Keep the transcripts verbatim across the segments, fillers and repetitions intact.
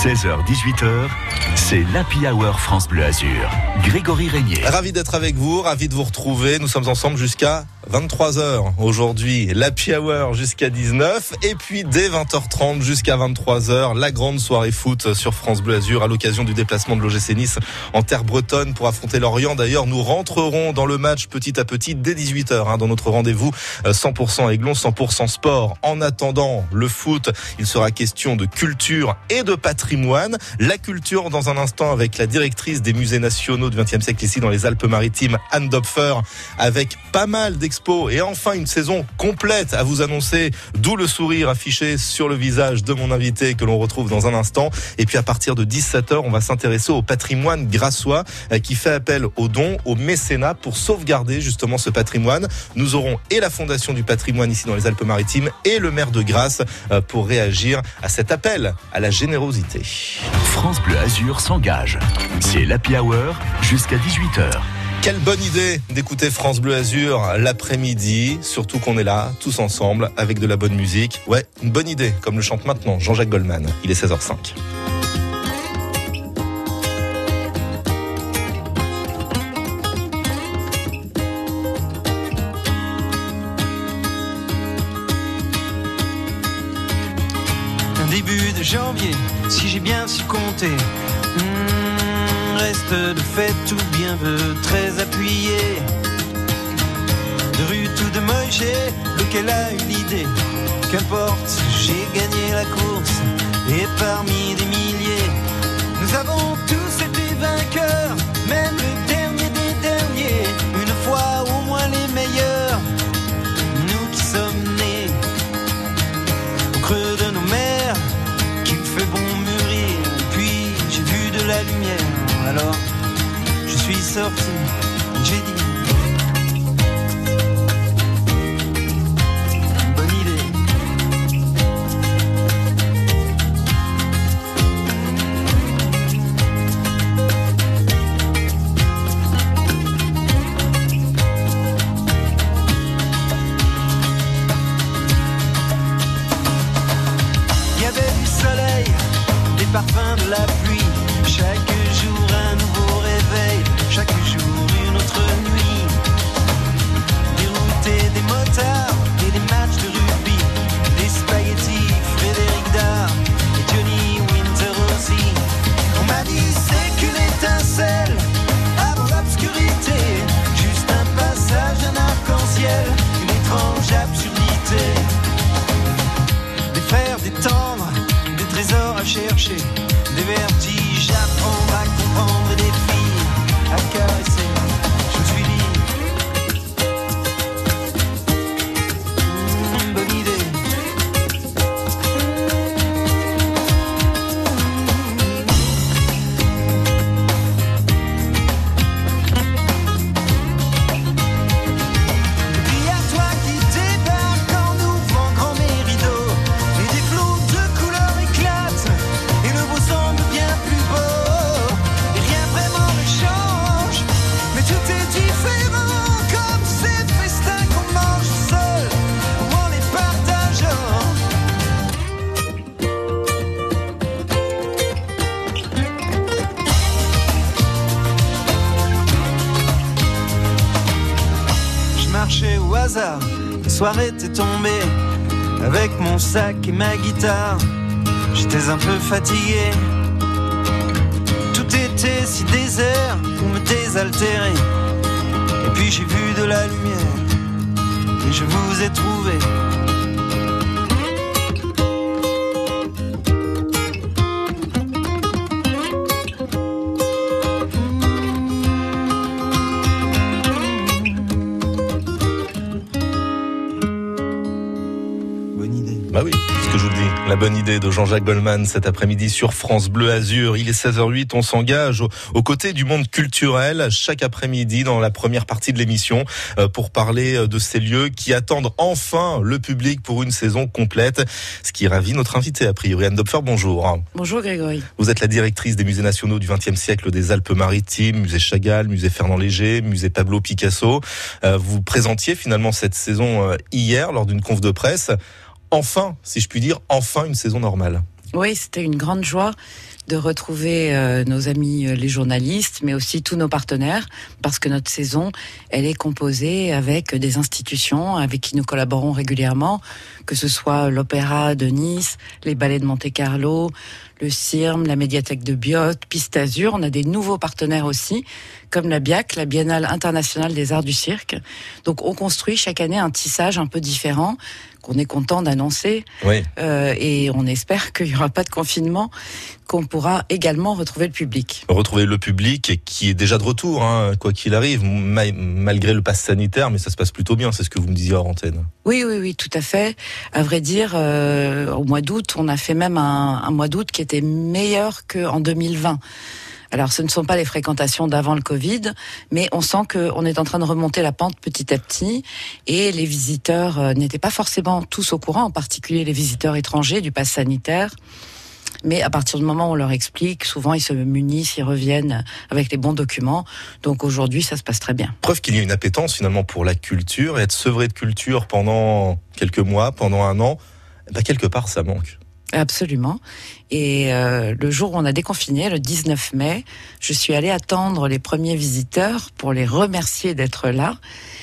seize heures dix-huit heures, c'est l'Happy Hour France Bleu Azur. Grégory Régnier. Ravi d'être avec vous, ravi de vous retrouver. Nous sommes ensemble jusqu'à vingt-trois heures aujourd'hui. L'Happy Hour jusqu'à dix-neuf. Et puis dès vingt heures trente jusqu'à vingt-trois heures, la grande soirée foot sur France Bleu Azur à l'occasion du déplacement de l'O G C Nice en terre bretonne pour affronter Lorient. D'ailleurs, nous rentrerons dans le match petit à petit dès dix-huit heures hein, dans notre rendez-vous cent pour cent Aiglon, cent pour cent sport. En attendant le foot, il sera question de culture et de patrimoine. La culture dans un instant avec la directrice des musées nationaux du vingtième siècle ici dans les Alpes-Maritimes, Anne Dopfer, avec pas mal d'expos et enfin une saison complète à vous annoncer, d'où le sourire affiché sur le visage de mon invité que l'on retrouve dans un instant. Et puis à partir de dix-sept heures, on va s'intéresser au patrimoine grassois qui fait appel aux dons, au mécénat pour sauvegarder justement ce patrimoine. Nous aurons et la Fondation du patrimoine ici dans les Alpes-Maritimes et le maire de Grasse pour réagir à cet appel à la générosité. France Bleu Azur s'engage. C'est l'Happy Hour jusqu'à dix-huit heures. Quelle bonne idée d'écouter France Bleu Azur l'après-midi, surtout qu'on est là, tous ensemble, avec de la bonne musique. Ouais, une bonne idée, comme le chante maintenant Jean-Jacques Goldman. Il est seize heures cinq. Début de janvier, si j'ai bien su compter, mmh, reste de fait tout bien veut très appuyé. De Ruth ou de Moïse, lequel a eu l'idée, qu'importe, j'ai gagné la course, et parmi des milliers, nous avons tous été vainqueurs, même le dernier des derniers, une fois au moins les meilleurs, nous qui sommes nés au creux de nos mers, qu'il fait bon mûrir, puis j'ai vu de la lumière, alors je suis sorti, j'ai dit bonne idée. Il y avait du soleil, des parfums de la pluie, chaque jour un nouveau réveil, chaque jour une autre nuit. Des routes et des motards et des matchs de rugby, des spaghettis, Frédéric Dard et Johnny Winter aussi. On m'a dit c'est qu'une étincelle avant l'obscurité, juste un passage, un arc-en-ciel, une étrange absurdité. Des fers, des tendres, des trésors à chercher, des vertiges à prendre, à comprendre et des filles à caresser. Je me suis dit mmh, bonne idée. Et puis à toi qui débarque en ouvrant grand mes rideaux, et des flots de couleurs éclatent, et le beau semble bien plus beau, et rien vraiment ne change, mais tout est différent, comme ces festins qu'on mange seul, ou en les partageant. Je marchais au hasard, la soirée était tombée, avec mon sac et ma guitare. J'étais un peu fatigué, tout était si désert pour me désaltérer. Et puis j'ai vu de la lumière, et je vous ai trouvé. Bonne idée. Bah oui, ce que je vous dis, la bonne idée de Jean-Jacques Goldman cet après-midi sur France Bleu Azur. Il est seize heures huit, on s'engage aux, aux côtés du monde culturel chaque après-midi dans la première partie de l'émission euh, pour parler de ces lieux qui attendent enfin le public pour une saison complète. Ce qui ravit notre invité a priori. Anne Dopfer, bonjour. Bonjour Grégory. Vous êtes la directrice des musées nationaux du vingtième siècle des Alpes-Maritimes, musée Chagall, musée Fernand Léger, musée Pablo Picasso. Euh, vous présentiez finalement cette saison euh, hier lors d'une conf de presse. Enfin, si je puis dire, enfin une saison normale. Oui, c'était une grande joie de retrouver euh, nos amis euh, les journalistes, mais aussi tous nos partenaires, parce que notre saison, elle est composée avec des institutions avec qui nous collaborons régulièrement, que ce soit l'Opéra de Nice, les ballets de Monte-Carlo, le C I R M, la médiathèque de Biot, Piste Azur. On a des nouveaux partenaires aussi, comme la B I A C, la Biennale internationale des arts du cirque. Donc on construit chaque année un tissage un peu différent, qu'on est content d'annoncer. Oui. Euh, et on espère qu'il n'y aura pas de confinement, qu'on pourra également retrouver le public. Retrouver le public qui est déjà de retour, hein, quoi qu'il arrive, ma- malgré le pass sanitaire, mais ça se passe plutôt bien, c'est ce que vous me disiez hors antenne. Oui, oui, oui, tout à fait. À vrai dire, euh, au mois d'août, on a fait même un, un mois d'août qui était meilleur qu'en deux mille vingt. Alors, ce ne sont pas les fréquentations d'avant le Covid, mais on sent qu'on est en train de remonter la pente petit à petit, et les visiteurs euh, n'étaient pas forcément tous au courant, en particulier les visiteurs étrangers du pass sanitaire. Mais à partir du moment où on leur explique, souvent ils se munissent, ils reviennent avec les bons documents. Donc aujourd'hui, ça se passe très bien. Preuve qu'il y a une appétence finalement pour la culture, et être sevré de culture pendant quelques mois, pendant un an, eh ben, quelque part ça manque. Absolument. Et euh, le jour où on a déconfiné, le dix-neuf mai, je suis allée attendre les premiers visiteurs pour les remercier d'être là.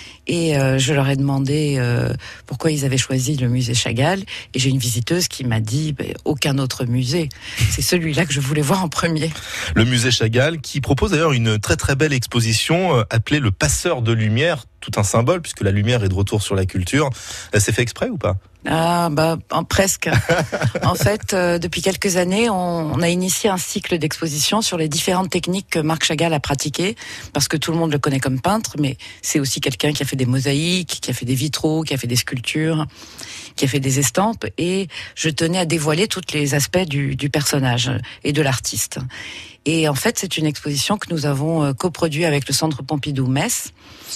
Et euh, je leur ai demandé euh, pourquoi ils avaient choisi le musée Chagall. Et j'ai une visiteuse qui m'a dit bah, aucun autre musée. C'est celui-là que je voulais voir en premier. Le musée Chagall qui propose d'ailleurs une très très belle exposition euh, appelée le Passeur de Lumière, tout un symbole puisque la lumière est de retour sur la culture. C'est fait exprès ou pas ? Ah bah en, presque. En fait, euh, depuis quelques années, on, on a initié un cycle d'exposition sur les différentes techniques que Marc Chagall a pratiquées, parce que tout le monde le connaît comme peintre, mais c'est aussi quelqu'un qui a fait des mosaïques, qui a fait des vitraux, qui a fait des sculptures, qui a fait des estampes, et je tenais à dévoiler tous les aspects du, du personnage et de l'artiste. Et en fait, c'est une exposition que nous avons coproduite avec le Centre Pompidou-Metz,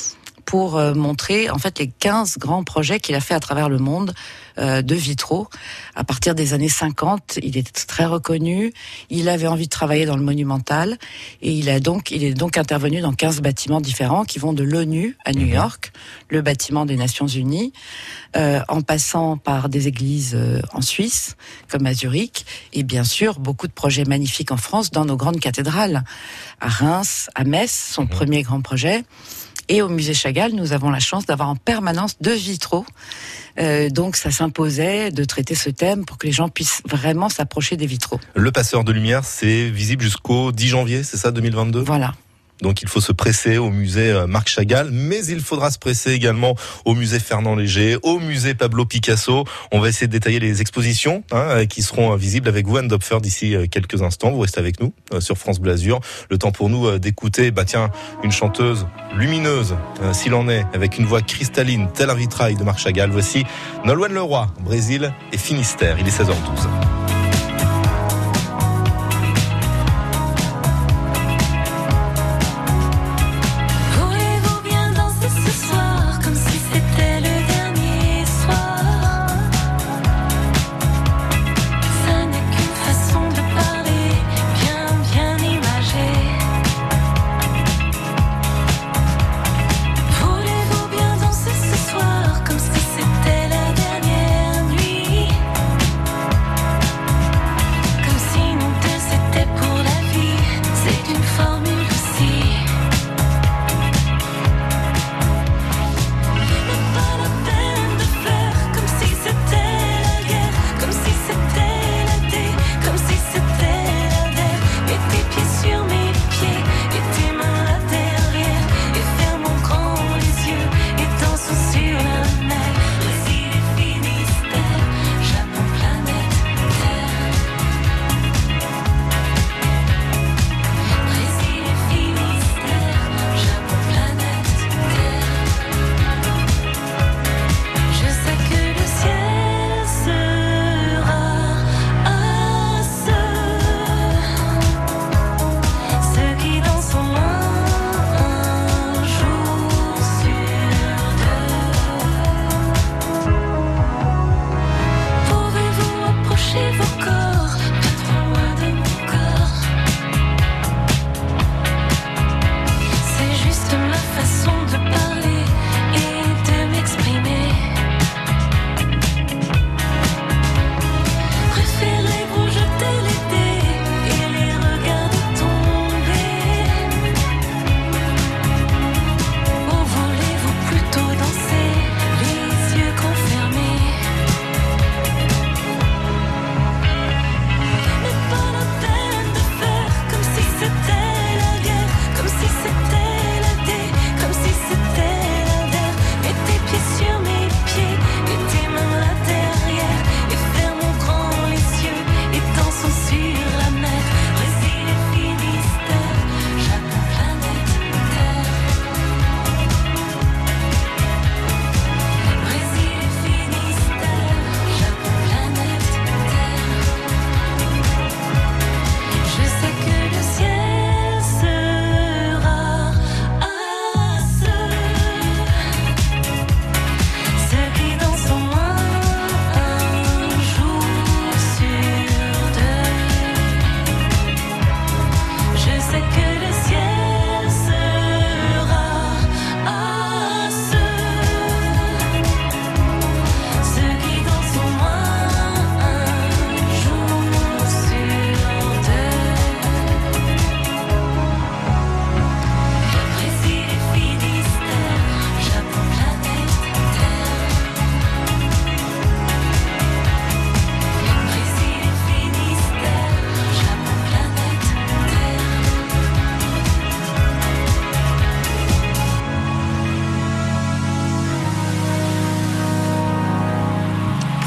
pour euh, montrer en fait les quinze grands projets qu'il a fait à travers le monde euh, de vitraux. À partir des années cinquante, il était très reconnu, il avait envie de travailler dans le monumental, et il a donc il est donc intervenu dans quinze bâtiments différents qui vont de l'ONU à New York, le bâtiment des Nations Unies, euh, en passant par des églises euh, en Suisse, comme à Zurich, et bien sûr beaucoup de projets magnifiques en France dans nos grandes cathédrales, à Reims, à Metz, son mmh. premier grand projet. Et au musée Chagall, nous avons la chance d'avoir en permanence deux vitraux. Euh, donc ça s'imposait de traiter ce thème pour que les gens puissent vraiment s'approcher des vitraux. Le Passeur de Lumière, c'est visible jusqu'au dix janvier, c'est ça, deux mille vingt-deux ? Voilà. Donc il faut se presser au musée Marc Chagall, mais il faudra se presser également au musée Fernand Léger, au musée Pablo Picasso. On va essayer de détailler les expositions hein, qui seront visibles avec vous, Anne Dopfer, d'ici quelques instants. Vous restez avec nous euh, sur France Bleu Azur. Le temps pour nous euh, d'écouter bah, tiens, une chanteuse lumineuse, euh, s'il en est, avec une voix cristalline, tel un vitrail de Marc Chagall. Voici Nolwenn Leroy, Brésil et Finistère. Il est seize heures douze. Comme si c'était la dernière nuit.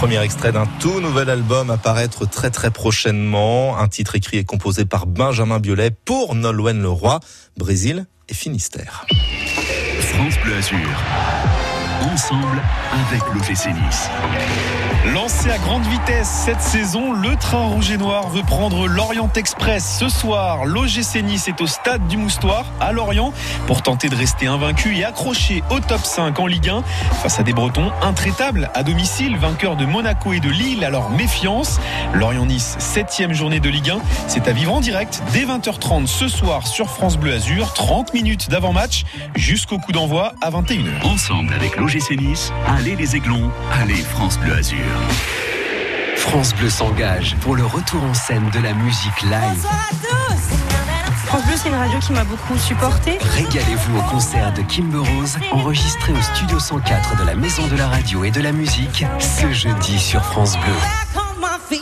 Premier extrait d'un tout nouvel album à paraître très très prochainement. Un titre écrit et composé par Benjamin Biolay pour Nolwenn Leroy, Brésil et Finistère. France Bleu Azur. Ensemble avec l'O G C Nice. Lancé à grande vitesse cette saison, le train rouge et noir veut prendre l'Orient Express. Ce soir, l'O G C Nice est au stade du Moustoir à Lorient pour tenter de rester invaincu et accroché au top cinq en Ligue un face à des Bretons intraitables à domicile, vainqueurs de Monaco et de Lille. Alors méfiance. Lorient-Nice, septième journée de Ligue un, c'est à vivre en direct dès vingt heures trente ce soir sur France Bleu Azur. trente minutes d'avant-match jusqu'au coup d'envoi à vingt et une heures. Ensemble avec l'O G C Nice, allez les Aiglons, allez France Bleu Azur. France Bleu s'engage pour le retour en scène de la musique live. Bonsoir à tous. France Bleu, c'est une radio qui m'a beaucoup supporté. Régalez-vous au concert de Kimber Rose, enregistré au studio cent quatre de la Maison de la Radio et de la Musique, ce jeudi sur France Bleu.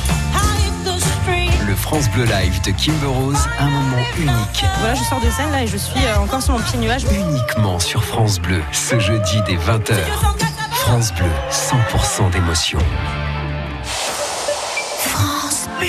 Le France Bleu Live de Kimber Rose, un moment unique. Voilà, je sors de scène là et je suis encore sur mon petit nuage. Uniquement sur France Bleu, ce jeudi dès vingt heures. France Bleu, cent pour cent d'émotion. France Bleu.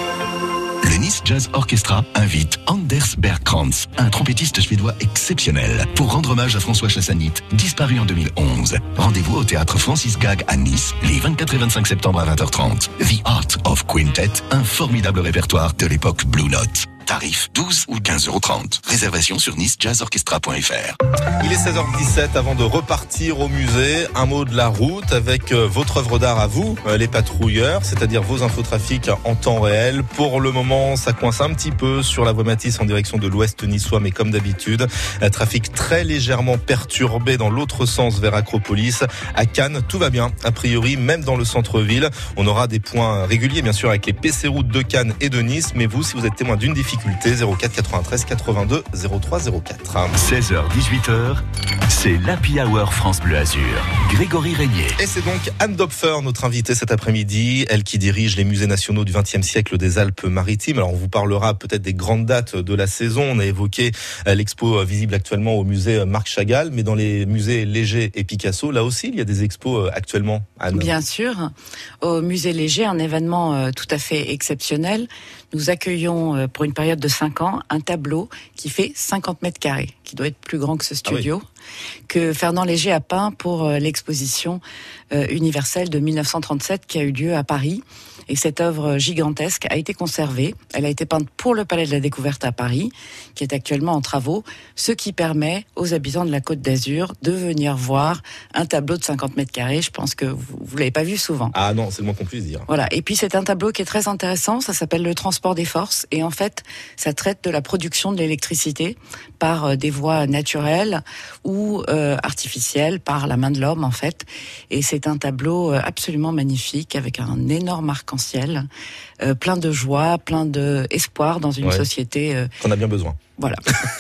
Le Nice Jazz Orchestra invite Anders Bergkrantz, un trompettiste suédois exceptionnel, pour rendre hommage à François Chassanit, disparu en deux mille onze. Rendez-vous au théâtre Francis Gag à Nice, les vingt-quatre et vingt-cinq septembre à vingt heures trente. The Art of Quintet, un formidable répertoire de l'époque Blue Note. Tarif douze ou quinze euros trente. Réservation sur nice jazz orchestra point f r. Il est seize heures dix-sept. Avant de repartir au musée, un mot de la route avec votre œuvre d'art à vous, les patrouilleurs, c'est-à-dire vos infotrafics en temps réel. Pour le moment, ça coince un petit peu sur la voie Matisse en direction de l'ouest niçois, mais comme d'habitude, un trafic très légèrement perturbé dans l'autre sens vers Acropolis. À Cannes, tout va bien, a priori, même dans le centre-ville. On aura des points réguliers, bien sûr, avec les P C routes de Cannes et de Nice, mais vous, si vous êtes témoin d'une difficulté, zéro quatre quatre-vingt-treize quatre-vingt-deux zéro trois zéro quatre. seize heures dix-huit heures, c'est l'Happy Hour France Bleu Azur. Grégory Régnier. Et c'est donc Anne Dopfer, notre invitée cet après-midi, elle qui dirige les musées nationaux du vingtième siècle des Alpes-Maritimes. Alors on vous parlera peut-être des grandes dates de la saison. On a évoqué l'expo visible actuellement au musée Marc Chagall, mais dans les musées Léger et Picasso, là aussi il y a des expos actuellement, Anne. Bien sûr, au musée Léger, un événement tout à fait exceptionnel. Nous accueillons pour une période de cinq ans un tableau qui fait cinquante mètres carrés, qui doit être plus grand que ce studio, ah oui. que Fernand Léger a peint pour l'exposition universelle de mille neuf cent trente-sept qui a eu lieu à Paris. Et cette œuvre gigantesque a été conservée. Elle a été peinte pour le Palais de la Découverte à Paris, qui est actuellement en travaux, ce qui permet aux habitants de la Côte d'Azur de venir voir un tableau de cinquante mètres carrés. Je pense que vous ne l'avez pas vu souvent. Ah non, c'est le moins qu'on puisse dire. Voilà. Et puis c'est un tableau qui est très intéressant. Ça s'appelle le transport des forces. Et en fait, ça traite de la production de l'électricité par des voies naturelles ou euh, artificielles, par la main de l'homme en fait. Et c'est un tableau absolument magnifique avec un énorme arc-en-ciel, euh, plein de joie, plein d'espoir dans une ouais. société. Euh, qu'on a bien besoin. Voilà.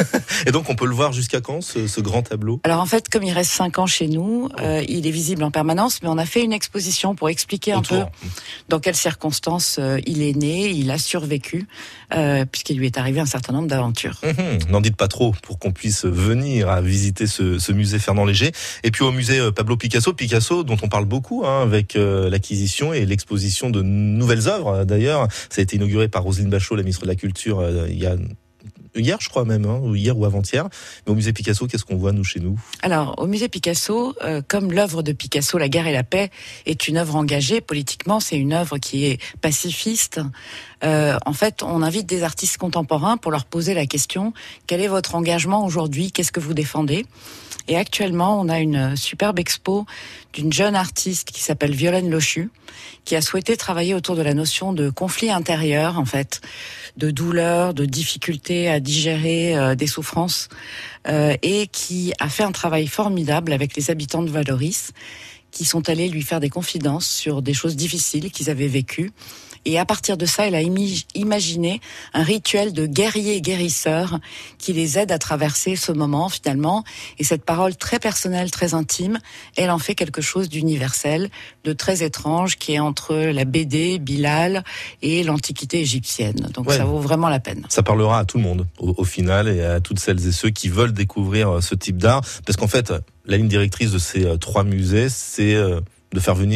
Et donc on peut le voir jusqu'à quand, ce, ce grand tableau ? Alors en fait, comme il reste cinq ans chez nous, euh, il est visible en permanence, mais on a fait une exposition pour expliquer un Autour. peu dans quelles circonstances euh, il est né, il a survécu, euh, puisqu'il lui est arrivé un certain nombre d'aventures. Mmh, n'en dites pas trop pour qu'on puisse venir à visiter ce, ce musée Fernand Léger. Et puis au musée Pablo Picasso, Picasso dont on parle beaucoup hein, avec euh, l'acquisition et l'exposition de nouvelles œuvres. D'ailleurs, ça a été inauguré par Roselyne Bachelot, la ministre de la Culture, euh, il y a... Hier, je crois même, hein, hier ou avant-hier. Mais au musée Picasso, qu'est-ce qu'on voit, nous, chez nous ? Alors, au musée Picasso, euh, comme l'œuvre de Picasso, La guerre et la paix, est une œuvre engagée politiquement, c'est une œuvre qui est pacifiste. Euh, en fait, on invite des artistes contemporains pour leur poser la question « Quel est votre engagement aujourd'hui ? Qu'est-ce que vous défendez ?» Et actuellement, on a une superbe expo d'une jeune artiste qui s'appelle Violaine Lochu, qui a souhaité travailler autour de la notion de conflit intérieur, en fait, de douleur, de difficulté à digérer euh, des souffrances, euh, et qui a fait un travail formidable avec les habitants de Valoris, qui sont allés lui faire des confidences sur des choses difficiles qu'ils avaient vécues. Et à partir de ça, elle a imaginé un rituel de guerrier guérisseur qui les aide à traverser ce moment finalement. Et cette parole très personnelle, très intime, elle en fait quelque chose d'universel, de très étrange, qui est entre la B D, Bilal et l'Antiquité égyptienne. Donc ouais, ça vaut vraiment la peine. Ça parlera à tout le monde au, au final et à toutes celles et ceux qui veulent découvrir ce type d'art. Parce qu'en fait, la ligne directrice de ces trois musées, c'est de faire venir un,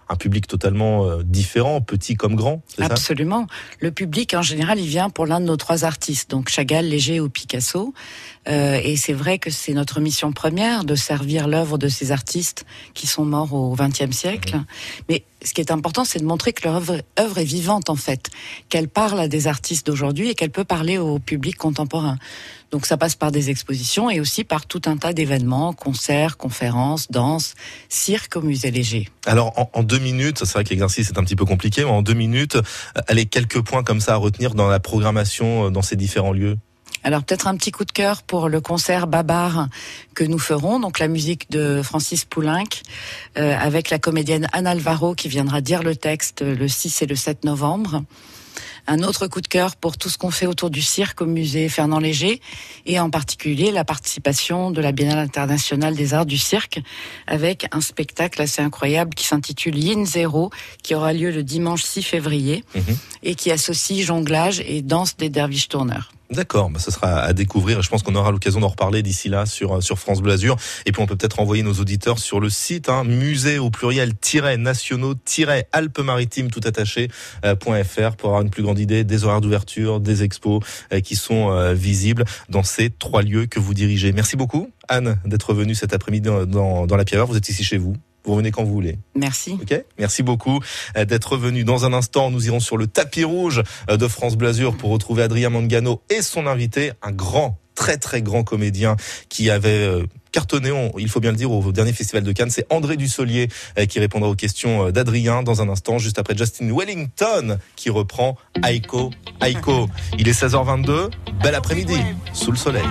un public totalement euh, différent, petit comme grand, c'est ça ? Absolument. Le public, en général, il vient pour l'un de nos trois artistes, donc Chagall, Léger ou Picasso. Euh, et c'est vrai que c'est notre mission première de servir l'œuvre de ces artistes qui sont morts au vingtième siècle. Mmh. Mais ce qui est important, c'est de montrer que leur œuvre, œuvre est vivante, en fait, qu'elle parle à des artistes d'aujourd'hui et qu'elle peut parler au public contemporain. Donc ça passe par des expositions et aussi par tout un tas d'événements, concerts, conférences, danses, cirque au musée Léger. Alors en, en deux minutes, c'est vrai que l'exercice est un petit peu compliqué, mais en deux minutes, allez, quelques points comme ça à retenir dans la programmation dans ces différents lieux. Alors peut-être un petit coup de cœur pour le concert Babar que nous ferons, donc la musique de Francis Poulenc, euh, avec la comédienne Anne Alvaro qui viendra dire le texte le six et le sept novembre. Un autre coup de cœur pour tout ce qu'on fait autour du cirque au musée Fernand Léger et en particulier la participation de la Biennale internationale des arts du cirque avec un spectacle assez incroyable qui s'intitule Yin Zero qui aura lieu le dimanche six février mmh. et qui associe jonglage et danse des derviches tourneurs. D'accord, bah ce sera à découvrir. Je pense qu'on aura l'occasion d'en reparler d'ici là sur sur France Bleu Azur. Et puis on peut peut-être envoyer nos auditeurs sur le site hein, musée au pluriel nationaux Alpes-Maritimes tout attaché euh, .fr pour avoir une plus grande idée des horaires d'ouverture, des expos euh, qui sont euh, visibles dans ces trois lieux que vous dirigez. Merci beaucoup Anne d'être venue cet après-midi dans, dans, dans l'Happy Hour. Vous êtes ici chez vous. Vous revenez quand vous voulez. Merci. Ok, merci beaucoup d'être venu. Dans un instant, nous irons sur le tapis rouge de France Bleu Azur pour retrouver Adrien Mangano et son invité, un grand, très très grand comédien qui avait cartonné, on, il faut bien le dire, au dernier festival de Cannes. C'est André Dussolier qui répondra aux questions d'Adrien dans un instant, juste après Justin Wellington qui reprend Aiko, Aiko. Il est seize heures vingt-deux, bel après-midi, sous le soleil.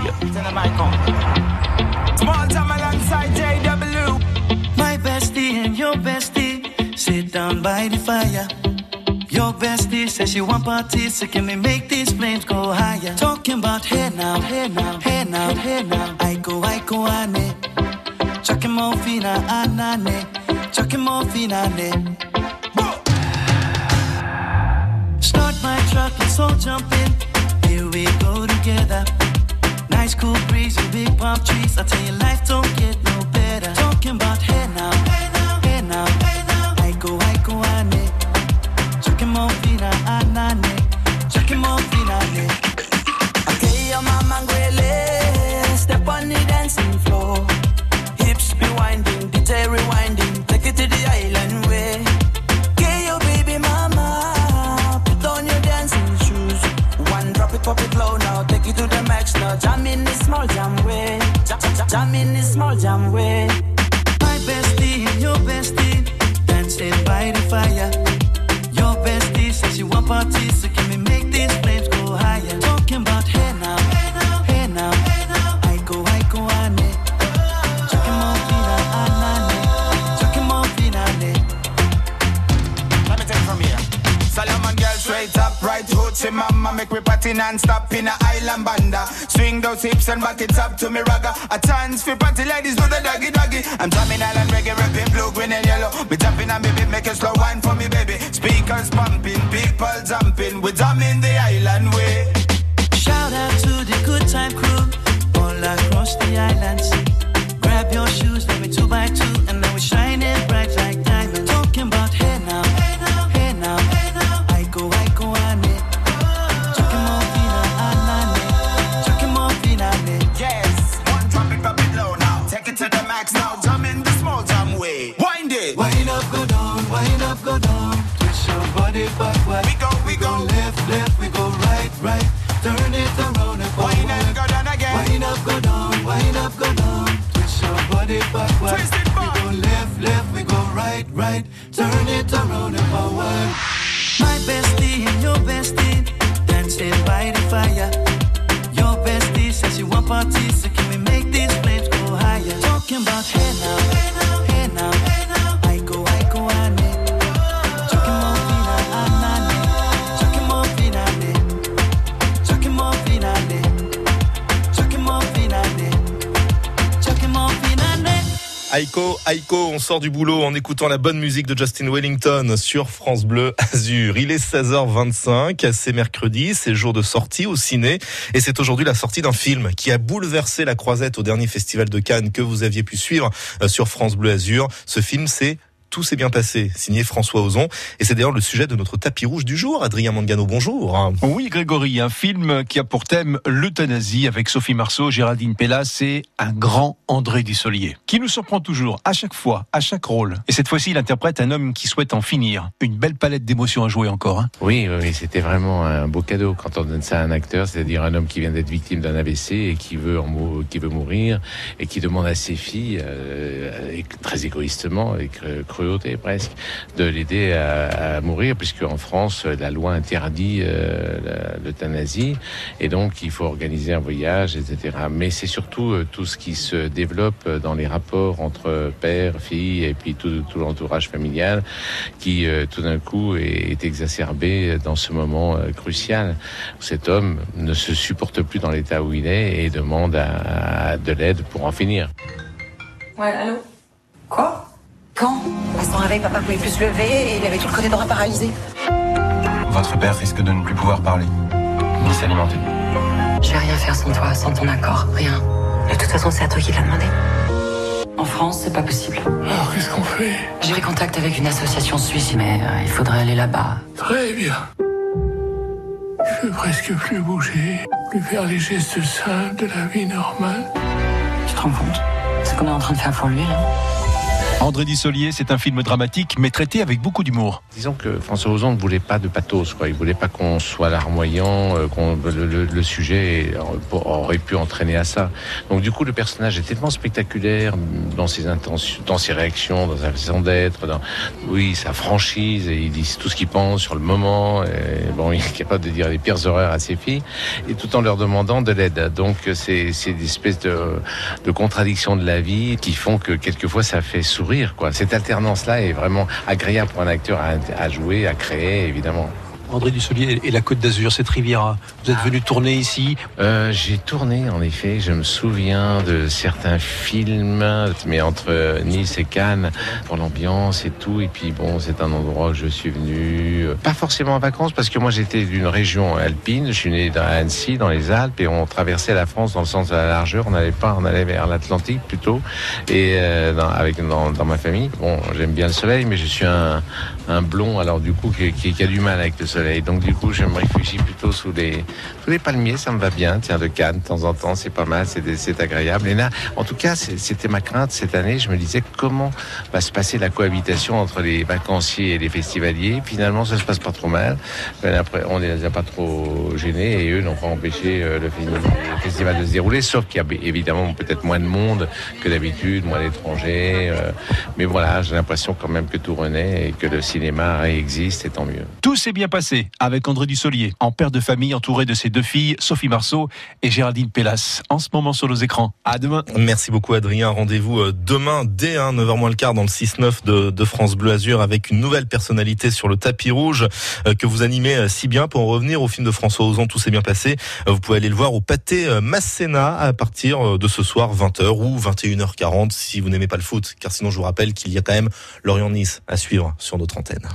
My bestie and your bestie sit down by the fire. Your bestie says she want parties, so can we make these flames go higher? Talking about hey now, hey now, hey now, hey now. I go, I go, ane. Chucking more fina, anane. Chucking more fina, ne. Start my truck, let's all jump in. Here we go together. Nice cool breeze and big palm trees. I tell you, life don't get no better. Talking about hey now, hey now, hey now, hey now. I go, I go, ane. Chucking more fina, anane. Chucking more fina, ne. Okay, your mama ngwele. Step on the dancing floor. Hips be winding, D J rewinding. Take it to the island way. Okay, your baby mama. Put on your dancing shoes. One drop it, pop it low now. Take it to the max now. Jam in this small jam way. Jam, jam, jam in this small jam way. My bestie and your bestie dancing by the fire. Your bestie says she want parties, so can we make these flames go higher? Talking about hey now, hey now, hey now, hey now. I go, I go, ane. Chucking more fina, anane. Chucking more fina, ne. Let me take it from here. Solomon girl straight up, right hoochie mama. Make me party non-stop in a island banda. Swing those hips and back it up to me ragga. A chance for party ladies do the doggy doggy. I'm drumming island reggae, rapping blue, green and yellow. Me jumping and baby, make a slow wine for me baby. Speakers pumping, people jumping. We drumming the island way. Shout out to the good time crew all across the island sea. Grab your shoes, let me two by two, and now we shining bright like diamonds. Talking about hey now, hey now, hey now, hey now. I go, I go, ane. Chucking more fina, anane. Chucking more fina, ne. Yes, one drop it, drop it low now. Take it to the max now. Jump in the small jam way. Wind it. Wind up, go down, wind up, go down. Twist your body backward. We go, we go. Left, left, we go right, right. Turn it around and forward. Wind up, go down again. Wind up, go down, wind up, go down. Twist your body backward. Twist it back. We go left, left, we go right, right. Turn it around and forward. My bestie and your bestie dancing by the fire. Your bestie says she want parties, so can we make these flames go higher? Talking about hey now, hey now, hey now, hey now. I go, I go, ane. Chucking more fina, anane. Chucking more fina, ne. Chucking more fina, ne. Chucking more fina, ne. Chucking more fina, ne. Aiko, Aiko, on sort du boulot en écoutant la bonne musique de Justin Wellington sur France Bleu Azur. Il est seize heures vingt-cinq, c'est mercredi, c'est jour de sortie au ciné et c'est aujourd'hui la sortie d'un film qui a bouleversé la Croisette au dernier festival de Cannes que vous aviez pu suivre sur France Bleu Azur. Ce film, c'est tout s'est bien passé, signé François Ozon. Et c'est d'ailleurs le sujet de notre tapis rouge du jour. Adrien Mangano, bonjour. Oui, Grégory, un film qui a pour thème l'euthanasie avec Sophie Marceau, Géraldine Pellas et un grand André Dussolier, qui nous surprend toujours, à chaque fois, à chaque rôle. Et cette fois-ci, il interprète un homme qui souhaite en finir. Une belle palette d'émotions à jouer encore. Hein. Oui, oui, c'était vraiment un beau cadeau quand on donne ça à un acteur, c'est-à-dire un homme qui vient d'être victime d'un A V C et qui veut, en mou- qui veut mourir et qui demande à ses filles, euh, et très égoïstement, avec cruauté presque, de l'aider à, à mourir, puisque en France, la loi interdit euh, la, l'euthanasie, et donc il faut organiser un voyage, et cetera. Mais c'est surtout euh, tout ce qui se développe dans les rapports entre père, fille, et puis tout, tout l'entourage familial, qui euh, tout d'un coup est, est exacerbé dans ce moment euh, crucial. Cet homme ne se supporte plus dans l'état où il est et demande à, à de l'aide pour en finir. Ouais, allô? Quoi? Quand? À son réveil, papa pouvait plus se lever et il avait tout le côté droit paralysé. Votre père risque de ne plus pouvoir parler, ni s'alimenter. Je vais rien faire sans toi, sans ton accord, rien. De toute façon, c'est à toi qui l'a demandé. En France, c'est pas possible. Alors, qu'est-ce qu'on fait? J'ai pris contact avec une association suisse, mais euh, il faudrait aller là-bas. Très bien. Je peux presque plus bouger, plus faire les gestes simples de la vie normale. Tu te rends compte? Ce qu'on est en train de faire pour lui, là. André Dussolier, c'est un film dramatique, mais traité avec beaucoup d'humour. Disons que François Ozon ne voulait pas de pathos, quoi. Il voulait pas qu'on soit larmoyant, euh, qu'on, le, le, le sujet aurait pu entraîner à ça. Donc du coup, le personnage est tellement spectaculaire dans ses intentions, dans ses réactions, dans sa façon d'être, dans, oui, sa franchise, et il dit tout ce qu'il pense sur le moment. Et bon, il est capable de dire les pires horreurs à ses filles, et tout en leur demandant de l'aide. Donc c'est, c'est des espèces de, de contradictions de la vie qui font que quelquefois ça fait sourire. Quoi. Cette alternance-là est vraiment agréable pour un acteur à, à jouer, à créer, évidemment. André Dussolier et la Côte d'Azur, cette Riviera. Vous êtes venu tourner ici? euh, J'ai tourné, en effet. Je me souviens de certains films, mais entre Nice et Cannes, pour l'ambiance et tout. Et puis bon, c'est un endroit où je suis venu, pas forcément en vacances, parce que moi j'étais d'une région alpine. Je suis né à Annecy, dans les Alpes, et on traversait la France dans le sens de la largeur. On n'allait pas, on allait vers l'Atlantique plutôt, et euh, dans, avec dans, dans ma famille. Bon, j'aime bien le soleil, mais je suis un, un blond, alors du coup qui, qui, qui a du mal avec le soleil. Donc du coup, je me réfugie plutôt sous les, sous les palmiers, ça me va bien. Tiens, de Cannes, de temps en temps, c'est pas mal, c'est, c'est agréable. Et là, en tout cas, c'est, c'était ma crainte cette année. Je me disais comment va se passer la cohabitation entre les vacanciers et les festivaliers. Finalement, ça se passe pas trop mal. Après, on les a pas trop gênés et eux n'ont pas empêché le festival de se dérouler, sauf qu'il y a évidemment peut-être moins de monde que d'habitude, moins d'étrangers. Mais voilà, j'ai l'impression quand même que tout renaît et que le cinéma réexiste, et tant mieux. Tout s'est bien passé avec André Dussolier, en père de famille entouré de ses deux filles, Sophie Marceau et Géraldine Pellas, en ce moment sur nos écrans. À demain. Merci beaucoup Adrien. Rendez-vous demain dès hein, neuf heures moins le quart dans le six neuf de, de France Bleu Azur, avec une nouvelle personnalité sur le tapis rouge euh, que vous animez euh, si bien. Pour en revenir au film de François Ozon, Tout s'est bien passé, euh, vous pouvez aller le voir au Pâté euh, Masséna à partir euh, de ce soir vingt heures ou vingt et une heures quarante si vous n'aimez pas le foot, car sinon je vous rappelle qu'il y a quand même Lorient-Nice à suivre sur notre antenne.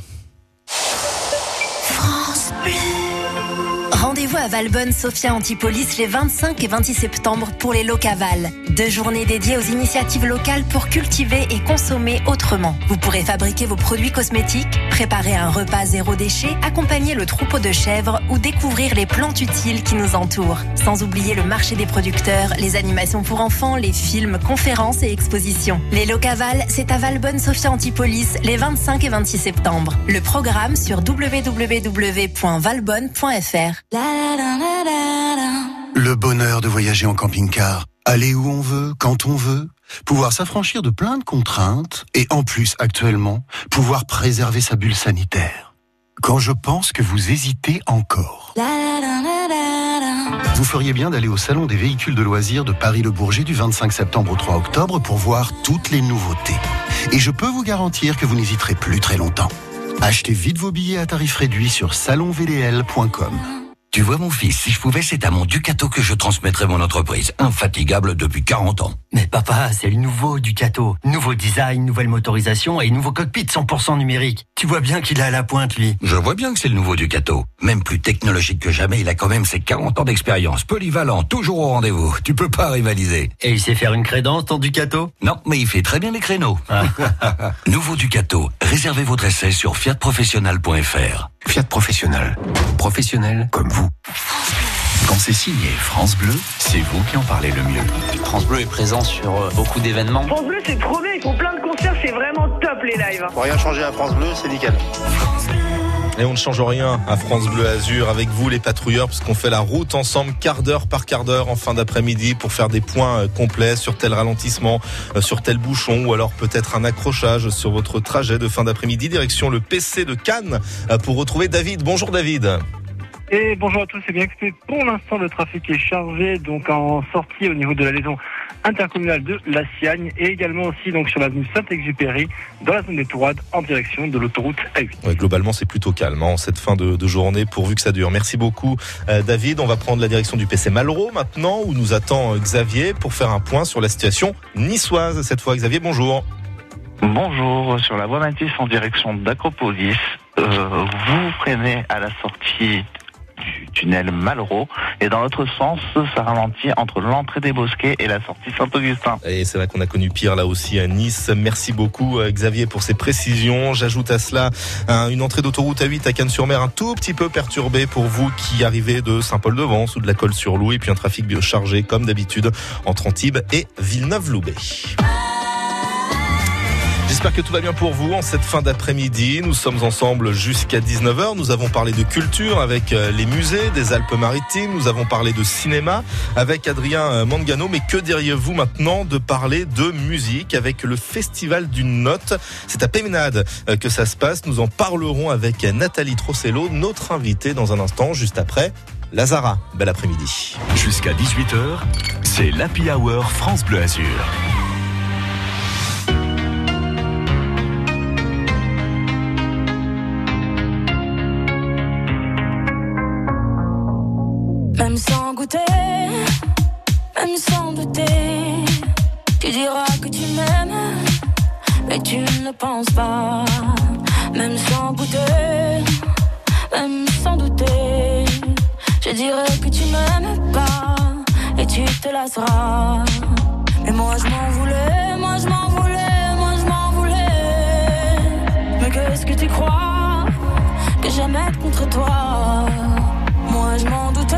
France Bleu. Rendez-vous à Valbonne Sophia Antipolis les vingt-cinq et vingt-six septembre pour les Locavals. Deux journées dédiées aux initiatives locales pour cultiver et consommer autrement. Vous pourrez fabriquer vos produits cosmétiques, préparer un repas zéro déchet, accompagner le troupeau de chèvres ou découvrir les plantes utiles qui nous entourent. Sans oublier le marché des producteurs, les animations pour enfants, les films, conférences et expositions. Les Locavals, c'est à Valbonne Sophia Antipolis les vingt-cinq et vingt-six septembre. Le programme sur w w w point valbonne point f r. Le bonheur de voyager en camping-car. Aller où on veut, quand on veut. Pouvoir s'affranchir de plein de contraintes. Et en plus, actuellement, pouvoir préserver sa bulle sanitaire. Quand je pense que vous hésitez encore. Vous feriez bien d'aller au Salon des véhicules de loisirs de Paris-Le Bourget du vingt-cinq septembre au trois octobre pour voir toutes les nouveautés. Et je peux vous garantir que vous n'hésiterez plus très longtemps. Achetez vite vos billets à tarif réduit sur salon v d l point com. Tu vois mon fils, si je pouvais, c'est à mon Ducato que je transmettrais mon entreprise. Infatigable depuis quarante ans. Mais papa, c'est le nouveau Ducato. Nouveau design, nouvelle motorisation et nouveau cockpit cent pour cent numérique. Tu vois bien qu'il est à la pointe, lui. Je vois bien que c'est le nouveau Ducato. Même plus technologique que jamais, il a quand même ses quarante ans d'expérience. Polyvalent, toujours au rendez-vous. Tu peux pas rivaliser. Et il sait faire une crédence, ton Ducato? Non, mais il fait très bien les créneaux. Ah. Nouveau Ducato. Réservez votre essai sur fiat professionnel point f r. Fiat Professionnel. Professionnel comme vous. Quand c'est signé France Bleu, c'est vous qui en parlez le mieux. France Bleu est présent sur beaucoup d'événements. France Bleu, c'est trop bien, ils font plein de concerts, c'est vraiment top les lives. Pour rien changer à France Bleu, c'est nickel. Et on ne change rien à France Bleu Azur avec vous les patrouilleurs, puisqu'on fait la route ensemble quart d'heure par quart d'heure en fin d'après-midi pour faire des points complets sur tel ralentissement, sur tel bouchon ou alors peut-être un accrochage sur votre trajet de fin d'après-midi. Direction le P C de Cannes pour retrouver David. Bonjour David. Et bonjour à tous, c'est bien écoutez, pour l'instant le trafic est chargé, donc en sortie au niveau de la liaison intercommunale de La Siagne et également aussi donc sur l'avenue Saint-Exupéry dans la zone des Tourades en direction de l'autoroute A huit. Ouais, globalement c'est plutôt calme en hein, cette fin de, de journée pourvu que ça dure. Merci beaucoup euh, David, on va prendre la direction du P C Malraux maintenant où nous attend Xavier pour faire un point sur la situation niçoise. Cette fois Xavier, bonjour. Bonjour, sur la voie Mathis en direction d'Acropolis, euh, vous freinez à la sortie du tunnel Malraux et dans l'autre sens ça ralentit entre l'entrée des Bosquets et la sortie Saint-Augustin. Et c'est vrai qu'on a connu pire là aussi à Nice. Merci beaucoup Xavier pour ces précisions. J'ajoute à cela une entrée d'autoroute A huit à Cannes-sur-Mer un tout petit peu perturbée pour vous qui arrivez de Saint-Paul-de-Vence ou de la Colle-sur-Loup et puis un trafic biochargé comme d'habitude entre Antibes et Villeneuve-Loubet. J'espère que tout va bien pour vous en cette fin d'après-midi. Nous sommes ensemble jusqu'à dix-neuf heures. Nous avons parlé de culture avec les musées des Alpes-Maritimes. Nous avons parlé de cinéma avec Adrien Mangano. Mais que diriez-vous maintenant de parler de musique avec le Festival d'une note? C'est à Pémenade que ça se passe. Nous en parlerons avec Nathalie Trossello, notre invitée dans un instant, juste après Lazara. Bel après-midi. Jusqu'à dix-huit heures, c'est l'Happy Hour France Bleu Azur. Même sans goûter, même sans douter, tu diras que tu m'aimes, mais tu ne penses pas. Même sans goûter, même sans douter, je dirais que tu m'aimes pas, et tu te lasseras. Mais moi je m'en voulais, moi je m'en voulais, moi je m'en voulais. Mais qu'est-ce que tu crois que j'aime être contre toi? Moi je m'en doutais.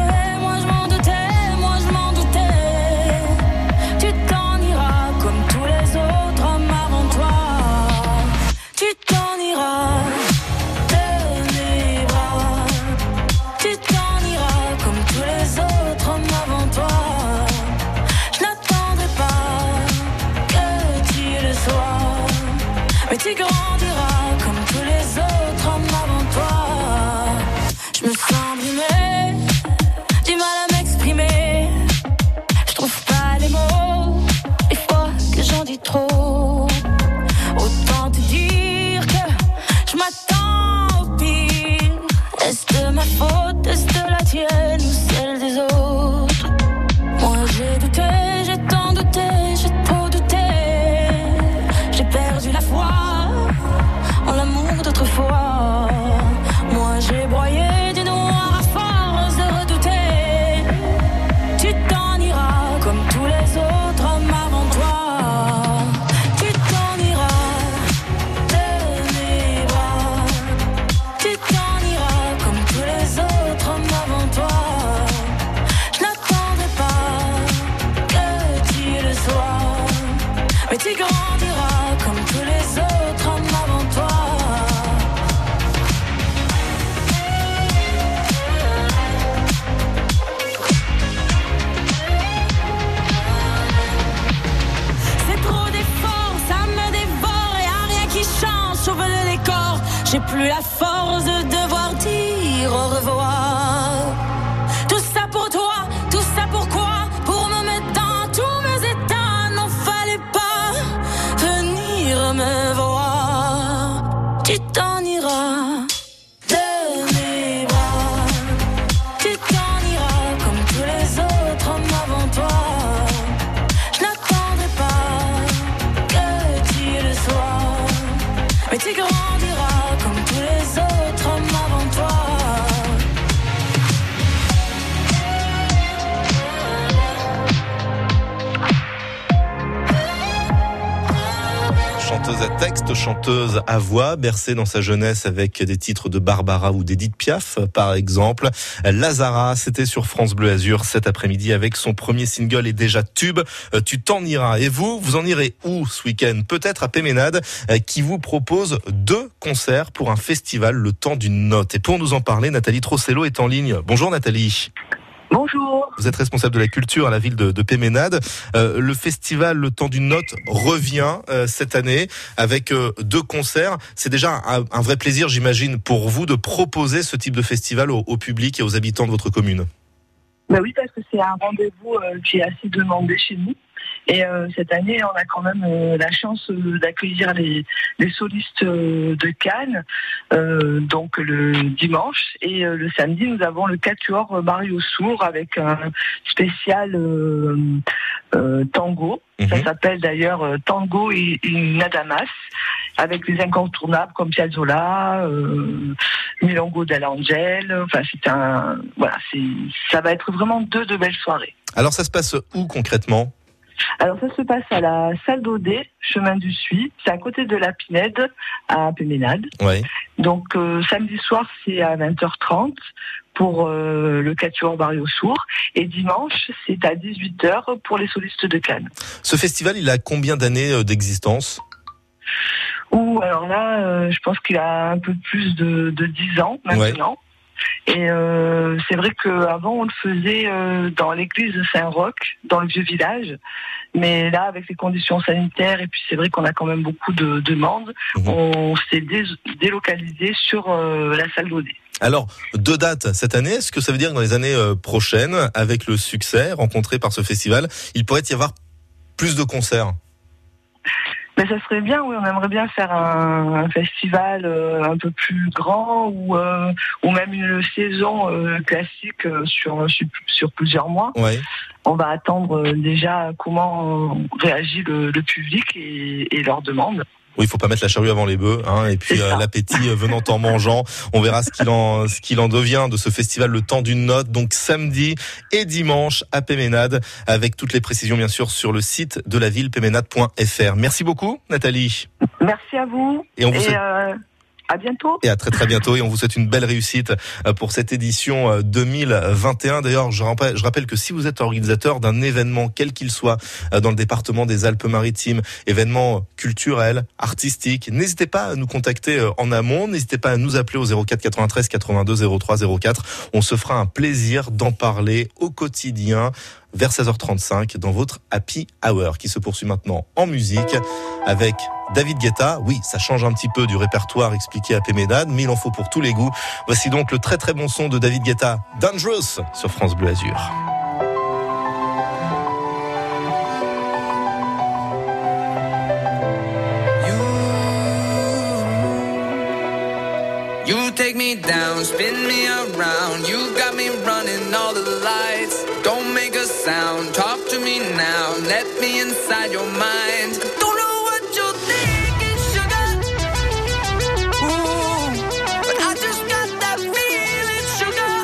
Tu grandiras comme tous les autres hommes avant toi. Je me sens brimée, du mal à m'exprimer. Je trouve pas les mots, des fois que j'en dis trop. Autant te dire que je m'attends au pire. Est-ce de ma faute, est-ce de la tienne ou celle des autres? Moi j'ai douté, j'ai tant douté, j'ai trop douté. J'ai perdu la foi en l'amour d'autrefois. Moi j'ai broyé du noir à force de redouter. Tu t'en iras comme tous les autres hommes avant toi. Tu t'en iras de mes bras. Tu t'en iras comme tous les autres hommes avant toi. Je n'attendrai pas que tu le sois, mais tu grandiras comme tous les autres hommes avant toi. C'est trop d'efforts, ça me dévore et y'a rien qui change, sauf le décor. J'ai plus la force de devoir dire au revoir. Tout ça pour toi, tout ça pourquoi? Pour me mettre dans tous mes états, n'en fallait pas venir me voir. Tu t'en iras de mes bras. Tu texte, chanteuse à voix, bercée dans sa jeunesse avec des titres de Barbara ou d'Edith Piaf, par exemple. Lazara, c'était sur France Bleu Azur cet après-midi avec son premier single et déjà tube, Tu t'en iras. Et vous, vous en irez où ce week-end? Peut-être à Péménade, qui vous propose deux concerts pour un festival Le Temps d'une Note. Et pour nous en parler, Nathalie Trossello est en ligne. Bonjour Nathalie. Bonjour. Vous êtes responsable de la culture à la ville de, de Péménade. Euh, le festival Le Temps d'une Note revient euh, cette année avec euh, deux concerts. C'est déjà un, un vrai plaisir, j'imagine, pour vous de proposer ce type de festival au, au public et aux habitants de votre commune. Ben oui, parce que c'est un rendez-vous euh, qui est assez demandé chez nous. Et euh, cette année, on a quand même euh, la chance euh, d'accueillir les, les solistes euh, de Cannes, euh, donc le dimanche. Et euh, le samedi, nous avons le quatuor Mario Sourd avec un spécial euh, euh, tango. Mm-hmm. Ça s'appelle d'ailleurs euh, Tango et, et Nadamas, avec des incontournables comme Piazzolla, euh, Milongo dell'Angel. Enfin, c'est un, voilà, c'est, ça va être vraiment deux de belles soirées. Alors, ça se passe où concrètement ? Alors ça se passe à la salle d'Audet, chemin du Suy, c'est à côté de la Pinède, à Péménade. Ouais. Donc euh, samedi soir c'est à vingt heures trente pour euh, le quatuor Mario Sourd et dimanche c'est à dix-huit heures pour les solistes de Cannes. Ce festival, il a combien d'années d'existence ? Ouh, alors là, euh, je pense qu'il a un peu plus de, de dix ans maintenant. Ouais. Et euh, c'est vrai qu'avant on le faisait euh, dans l'église de Saint-Roch, dans le vieux village, mais là avec les conditions sanitaires et puis c'est vrai qu'on a quand même beaucoup de demandes, mmh. on s'est dé- délocalisé sur euh, la salle d'Audet. Alors, deux dates cette année, est-ce que ça veut dire que dans les années euh, prochaines, avec le succès rencontré par ce festival, il pourrait y avoir plus de concerts ? Mais ça serait bien, oui, on aimerait bien faire un, un festival euh, un peu plus grand ou, euh, ou même une saison euh, classique euh, sur, sur, sur plusieurs mois. Ouais. On va attendre euh, déjà comment réagit le, le public et, et leurs demandes. Oui, il faut pas mettre la charrue avant les bœufs, hein, et puis euh, l'appétit euh, venant en mangeant. On verra ce qu'il en ce qu'il en devient de ce festival Le Temps d'une Note, donc samedi et dimanche à Péménade, avec toutes les précisions bien sûr sur le site de la ville péménade point f r. Merci beaucoup, Nathalie. Merci à vous. Et on vous et souhaite... euh... À bientôt. Et à très très bientôt. Et on vous souhaite une belle réussite pour cette édition deux mille vingt et un. D'ailleurs, je rappelle, je rappelle que si vous êtes organisateur d'un événement, quel qu'il soit, dans le département des Alpes-Maritimes, événement culturel, artistique, n'hésitez pas à nous contacter en amont. N'hésitez pas à nous appeler au zéro quatre quatre-vingt-treize quatre-vingt-deux zéro trois zéro quatre. On se fera un plaisir d'en parler au quotidien vers seize heures trente-cinq dans votre Happy Hour qui se poursuit maintenant en musique avec David Guetta. Oui, ça change un petit peu du répertoire expliqué à Péménade, mais il en faut pour tous les goûts. Voici donc le très très bon son de David Guetta, Dangerous, sur France Bleu Azur. You, you take me down, spin me around. You got me running all the lights. Don't make a sound, talk to me now. Let me inside your mind. Don't know what you're thinking, sugar. Ooh, but I just got that feeling, sugar.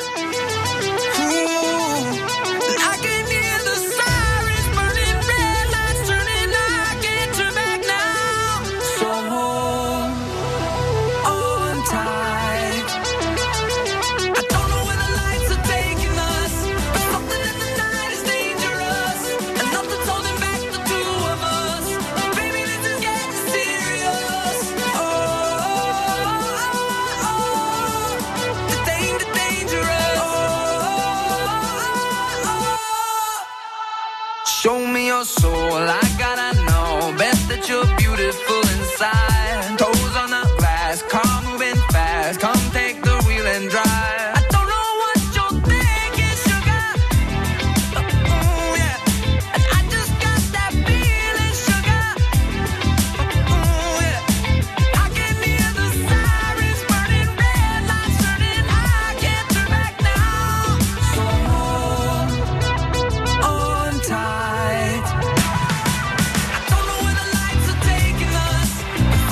Ooh, and I can hear the sirens burning, red lights turning. I can't turn back now. So hold on tight. I don't know where the lights are taking us, but something in the night is dangerous, and nothing's holding back the two of us. Baby, this is getting serious. Oh, oh, oh, oh. The danger, dangerous. Oh, oh, oh. Show me your soul, I gotta know. Bet that you're beautiful inside. Toes on the glass, car moving fast. Come take the wheel and drive. I don't know what you're thinking, sugar. Ooh, yeah. And I just got that feeling, sugar. Ooh, yeah. I can hear the sirens burning, red lights turning. I can't turn back now. So hold on tight. I don't know where the lights are taking us.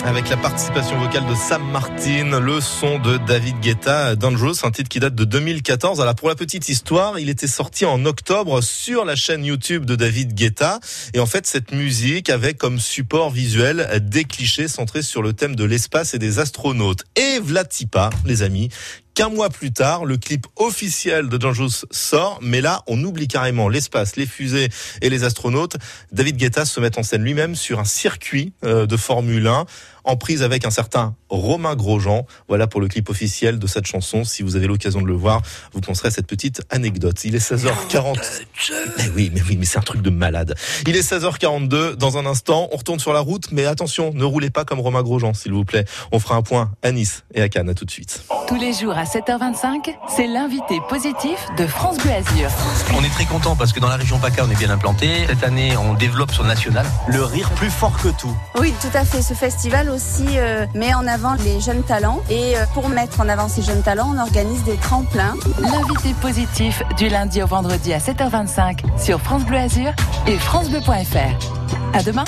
Avec la participation vocale de Sam Martin, le son de David Guetta, Dangerous, un titre qui date de deux mille quatorze. Alors pour la petite histoire, il était sorti en octobre sur la chaîne YouTube de David Guetta. Et en fait, cette musique avait comme support visuel des clichés centrés sur le thème de l'espace et des astronautes. Et Vlatipa, les amis, qu'un mois plus tard, le clip officiel de Dangerous sort, mais là, on oublie carrément l'espace, les fusées et les astronautes. David Guetta se met en scène lui-même sur un circuit de Formule un, en prise avec un certain Romain Grosjean. Voilà pour le clip officiel de cette chanson. Si vous avez l'occasion de le voir, vous penserez à cette petite anecdote. Il est seize heures quarante. Mais oui, mais oui, mais c'est un truc de malade. Il est seize heures quarante-deux. Dans un instant, on retourne sur la route, mais attention, ne roulez pas comme Romain Grosjean, s'il vous plaît. On fera un point à Nice et à Cannes. À tout de suite. Tous les jours à sept heures vingt-cinq, c'est l'invité positif de France Bleu Azur. On est très content parce que dans la région PACA, on est bien implanté. Cette année, on développe sur le national. Le rire plus fort que tout. Oui, tout à fait. Ce festival aussi euh, met en avant les jeunes talents. Et euh, pour mettre en avant ces jeunes talents, on organise des tremplins. L'invité positif du lundi au vendredi à sept heures vingt-cinq sur France Bleu Azur et francebleu point f r. À demain.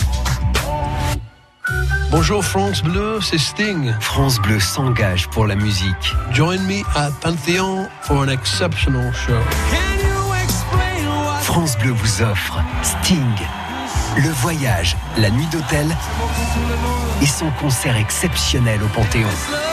Bonjour France Bleu, c'est Sting. France Bleu s'engage pour la musique. Join me at Panthéon for an exceptional show. France Bleu vous offre Sting, le voyage, la nuit d'hôtel et son concert exceptionnel au Panthéon.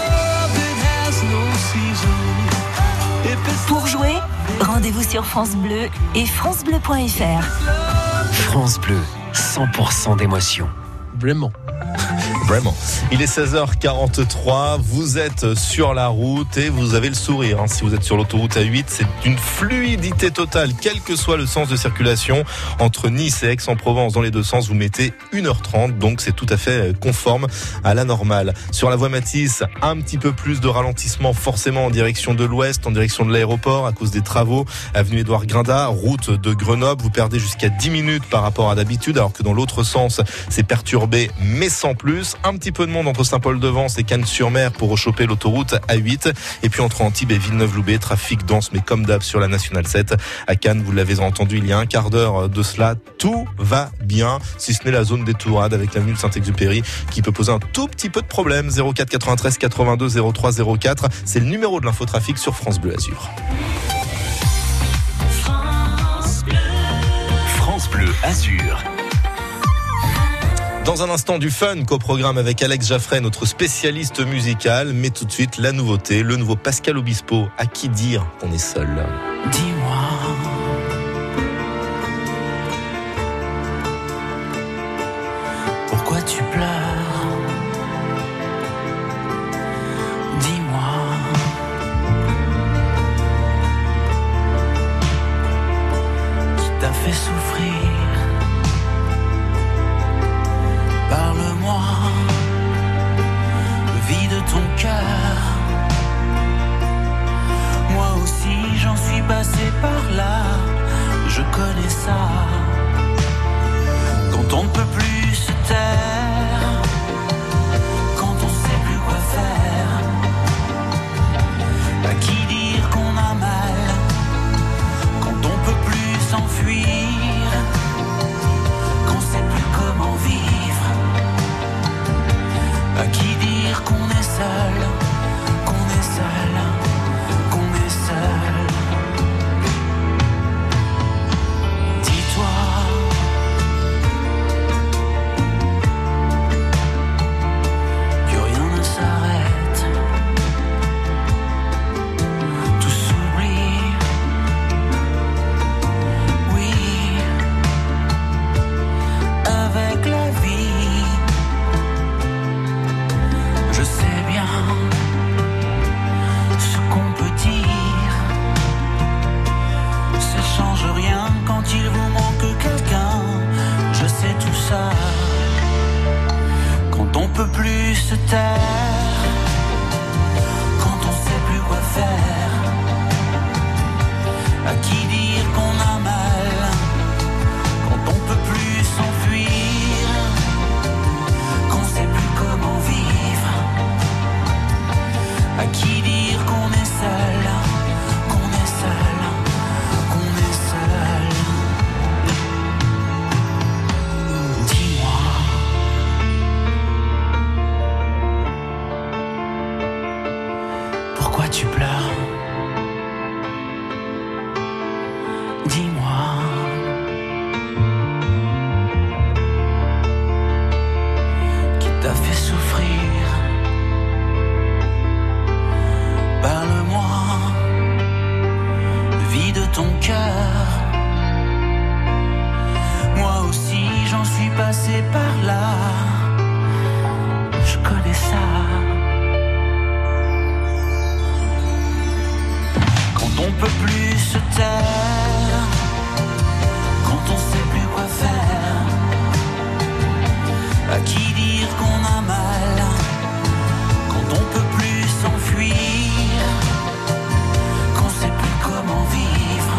Pour jouer, rendez-vous sur France Bleu et francebleu point f r. France Bleu, cent pour cent d'émotion. Vraiment. Vraiment. Il est seize heures quarante-trois, vous êtes sur la route et vous avez le sourire. Hein. Si vous êtes sur l'autoroute A huit, c'est une fluidité totale, quel que soit le sens de circulation. Entre Nice et Aix-en-Provence, dans les deux sens, vous mettez une heure trente, donc c'est tout à fait conforme à la normale. Sur la voie Matisse, un petit peu plus de ralentissement forcément en direction de l'ouest, en direction de l'aéroport à cause des travaux. Avenue Édouard Grinda, route de Grenoble, vous perdez jusqu'à dix minutes par rapport à d'habitude, alors que dans l'autre sens, c'est perturbé, mais sans plus. Un petit peu de monde entre Saint-Paul-de-Vence et Cannes-sur-Mer pour rechoper l'autoroute A huit. Et puis entre Antibes et Villeneuve-Loubet, trafic dense, mais comme d'hab sur la Nationale sept. À Cannes, vous l'avez entendu il y a un quart d'heure de cela, tout va bien, si ce n'est la zone des Tourades avec l'avenue de Saint-Exupéry qui peut poser un tout petit peu de problème. zéro quatre quatre-vingt-treize quatre-vingt-deux zéro trois zéro quatre, c'est le numéro de l'infotrafic sur France Bleu Azur. France Bleu, France Bleu Azur. Dans un instant, du fun qu'au programme avec Alex Jaffray, notre spécialiste musical. Mais tout de suite, la nouveauté, le nouveau Pascal Obispo. À qui dire qu'on est seul? Dis-moi, pourquoi tu pleures? Dis-moi, qui t'a fait souffrir? Parle-moi, vide ton cœur. Moi aussi j'en suis passé par là, je connais ça. Quand on ne peut plus se taire, quand on sait plus quoi faire, à qui dire qu'on a mal, quand on peut plus s'enfuir, qu'on sait plus comment vivre. À qui dire qu'on est seul, qu'on est seul, qu'on est seul. Dis-toi passé par là. Je connais ça. Quand on peut plus se taire, quand on sait plus quoi faire, à qui dire qu'on a mal, quand on peut plus s'enfuir, qu'on sait plus comment vivre,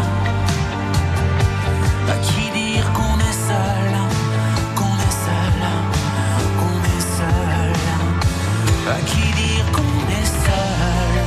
à qui dire qu'on est seul, qu'on est seul, qu'on est seul, à qui dire qu'on est seul,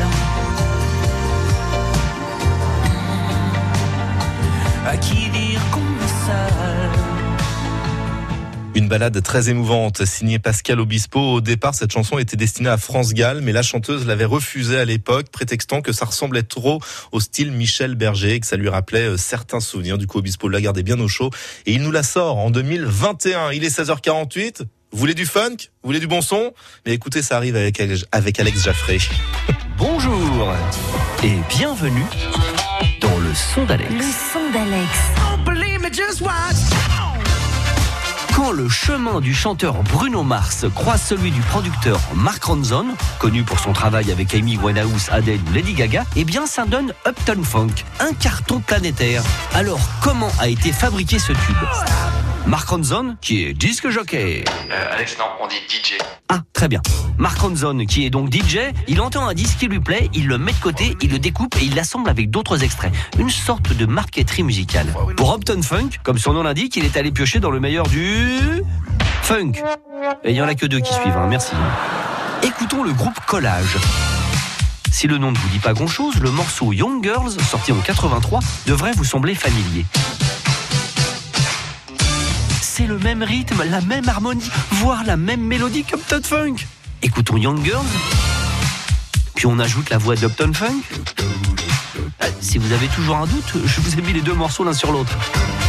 à qui dire qu'on est seul. Une balade très émouvante, signée Pascal Obispo. Au départ, cette chanson était destinée à France Gall, mais la chanteuse l'avait refusée à l'époque, prétextant que ça ressemblait trop au style Michel Berger et que ça lui rappelait certains souvenirs. Du coup, Obispo l'a gardée bien au chaud et il nous la sort en deux mille vingt et un. Il est seize heures quarante-huit. Vous voulez du funk? Vous voulez du bon son? Mais écoutez, ça arrive avec, avec Alex Jaffray. Bonjour et bienvenue dans le son d'Alex. Le son d'Alex. Quand le chemin du chanteur Bruno Mars croise celui du producteur Mark Ronson, connu pour son travail avec Amy Winehouse, Adele ou Lady Gaga, eh bien ça donne Uptown Funk, un carton planétaire. Alors comment a été fabriqué ce tube ? Mark Ronson, qui est disque jockey. Euh, Alex, non, on dit D J. Ah, très bien. Mark Ronson, qui est donc D J, il entend un disque qui lui plaît, il le met de côté, il le découpe et il l'assemble avec d'autres extraits. Une sorte de marqueterie musicale. Pour Uptown Funk, comme son nom l'indique, il est allé piocher dans le meilleur du... funk. Et il n'y en a que deux qui suivent, hein. Merci. Écoutons le groupe Collage. Si le nom ne vous dit pas grand-chose, le morceau Young Girls, sorti en quatre-vingt-trois, devrait vous sembler familier. C'est le même rythme, la même harmonie, voire la même mélodie qu'Uptown Funk. Écoutons Young Girls, puis on ajoute la voix d'Uptown Funk. Si vous avez toujours un doute, je vous ai mis les deux morceaux l'un sur l'autre.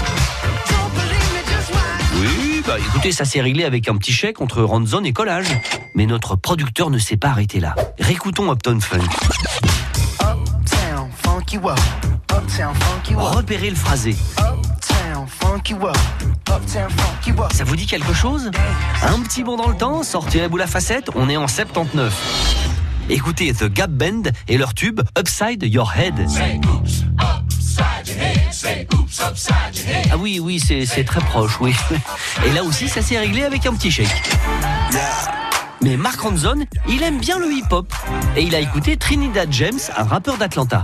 Oui, bah écoutez, ça s'est réglé avec un petit chèque entre Ronson et Collage. Mais notre producteur ne s'est pas arrêté là. Réécoutons Uptown Funk. Uptown funky walk, uptown funky walk. Repérez le phrasé. Uptown funky walk, uptown funky walk. Ça vous dit quelque chose? Un petit bond dans le temps, sortez la boule à facettes, on est en soixante-dix-neuf. Écoutez The Gap Band et leur tube Upside Your Head. Say oops, upside your head. Say oops, upside your head. Ah oui, oui, c'est, c'est très proche, oui. Et là aussi, ça s'est réglé avec un petit chèque. Mais Mark Ronson, il aime bien le hip-hop. Et il a écouté Trinidad James, un rappeur d'Atlanta.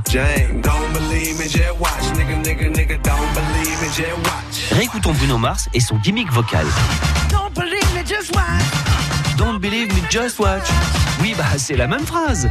Réécoutons Bruno Mars et son gimmick vocal. Don't believe me, just watch. Don't believe me, just watch. Oui, bah c'est la même phrase.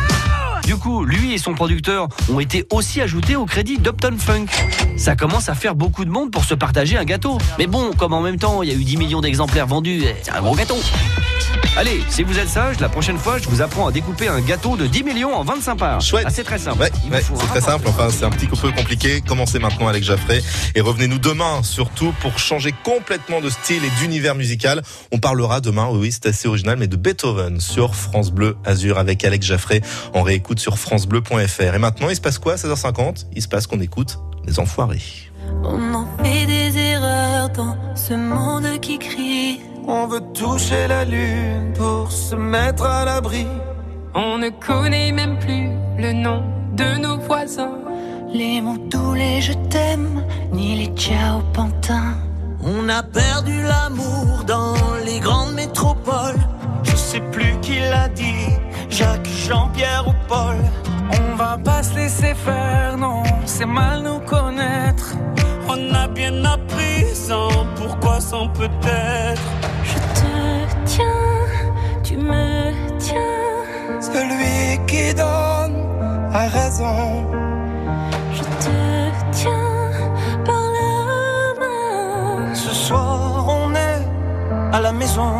Du coup, lui et son producteur ont été aussi ajoutés au crédit d'Uptown Funk. Ça commence à faire beaucoup de monde pour se partager un gâteau. Mais bon, comme en même temps, il y a eu dix millions d'exemplaires vendus, c'est un gros gâteau. Allez, si vous êtes sage, la prochaine fois, je vous apprends à découper un gâteau de dix millions en vingt-cinq parts. Chouette. Ah, c'est très simple. Ouais, ouais, c'est très simple. Enfin, c'est un petit peu compliqué. Commencez maintenant avec Jaffray et revenez-nous demain, surtout pour changer complètement de style et d'univers musical. On parlera demain, oui, c'est assez original, mais de Beethoven sur France Bleu Azur avec Alex Jaffray. On réécoute sur francebleu point f r. Et maintenant, il se passe quoi à seize heures cinquante? Il se passe qu'on écoute Les Enfoirés. On en fait des erreurs dans ce monde qui crie. On veut toucher la lune pour se mettre à l'abri. On ne connaît même plus le nom de nos voisins. Les mots doux, les je t'aime, ni les ciao pantins. On a perdu l'amour dans les grandes métropoles. Je sais plus qui l'a dit, Jacques, Jean-Pierre ou Paul. On va pas se laisser faire, non, c'est mal nous connaître. On a bien appris sans pourquoi, sans peut-être. Je te tiens, tu me tiens. Celui qui donne a raison. Je te tiens par la main. Ce soir on est à la maison.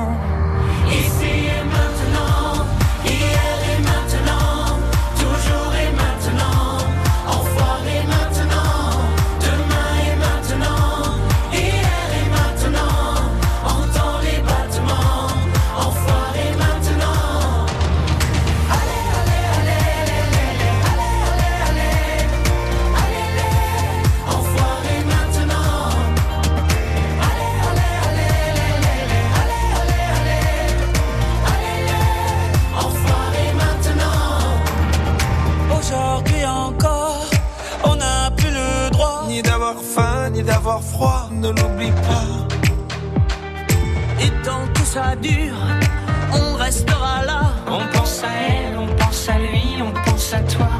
Ici et maintenant, hier et maintenant, toujours et maintenant, enfoiré maintenant, demain et maintenant, hier et maintenant, entends les battements, enfoiré maintenant. Allez, allez, allez, allez, allez, allez, allez, allez, enfoiré maintenant. Allez, allez, allez, allez, d'avoir froid, ne l'oublie pas. Et tant que ça dure, on restera là. On pense à elle, on pense à lui, on pense à toi.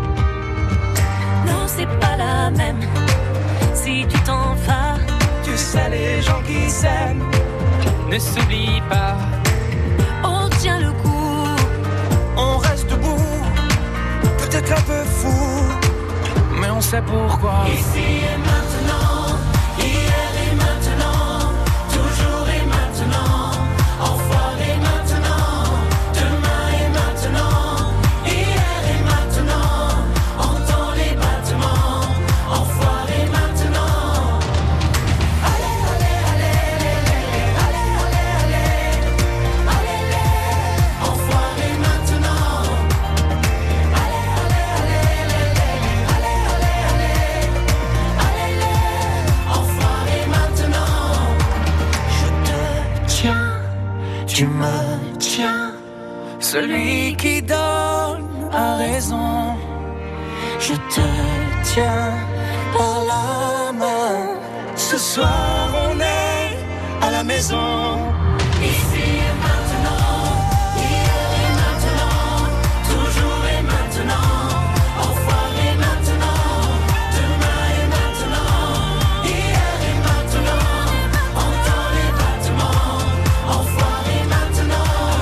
Non, c'est pas la même. Si tu t'en vas, tu sais, les gens qui s'aiment ne s'oublient pas. on tient le coup. On reste debout, peut-être un peu fou, mais on sait pourquoi. Ici et maintenant, hier et maintenant, toujours et maintenant, enfoiré maintenant, demain et maintenant, hier et maintenant, entends les battements, enfoiré maintenant. Allez, allez, allez, allez, allez, allez, allez, allez, enfoiré maintenant. Allez, allez, allez, allez, allez, allez, allez, enfoiré maintenant. Je te tiens, tu me tiens. Celui qui donne a raison. Je te tiens par la main. Ce soir on est à la maison. Ici et maintenant, hier et maintenant, toujours et maintenant, enfoiré maintenant, demain et maintenant, hier et maintenant, entends les battements, enfoiré maintenant.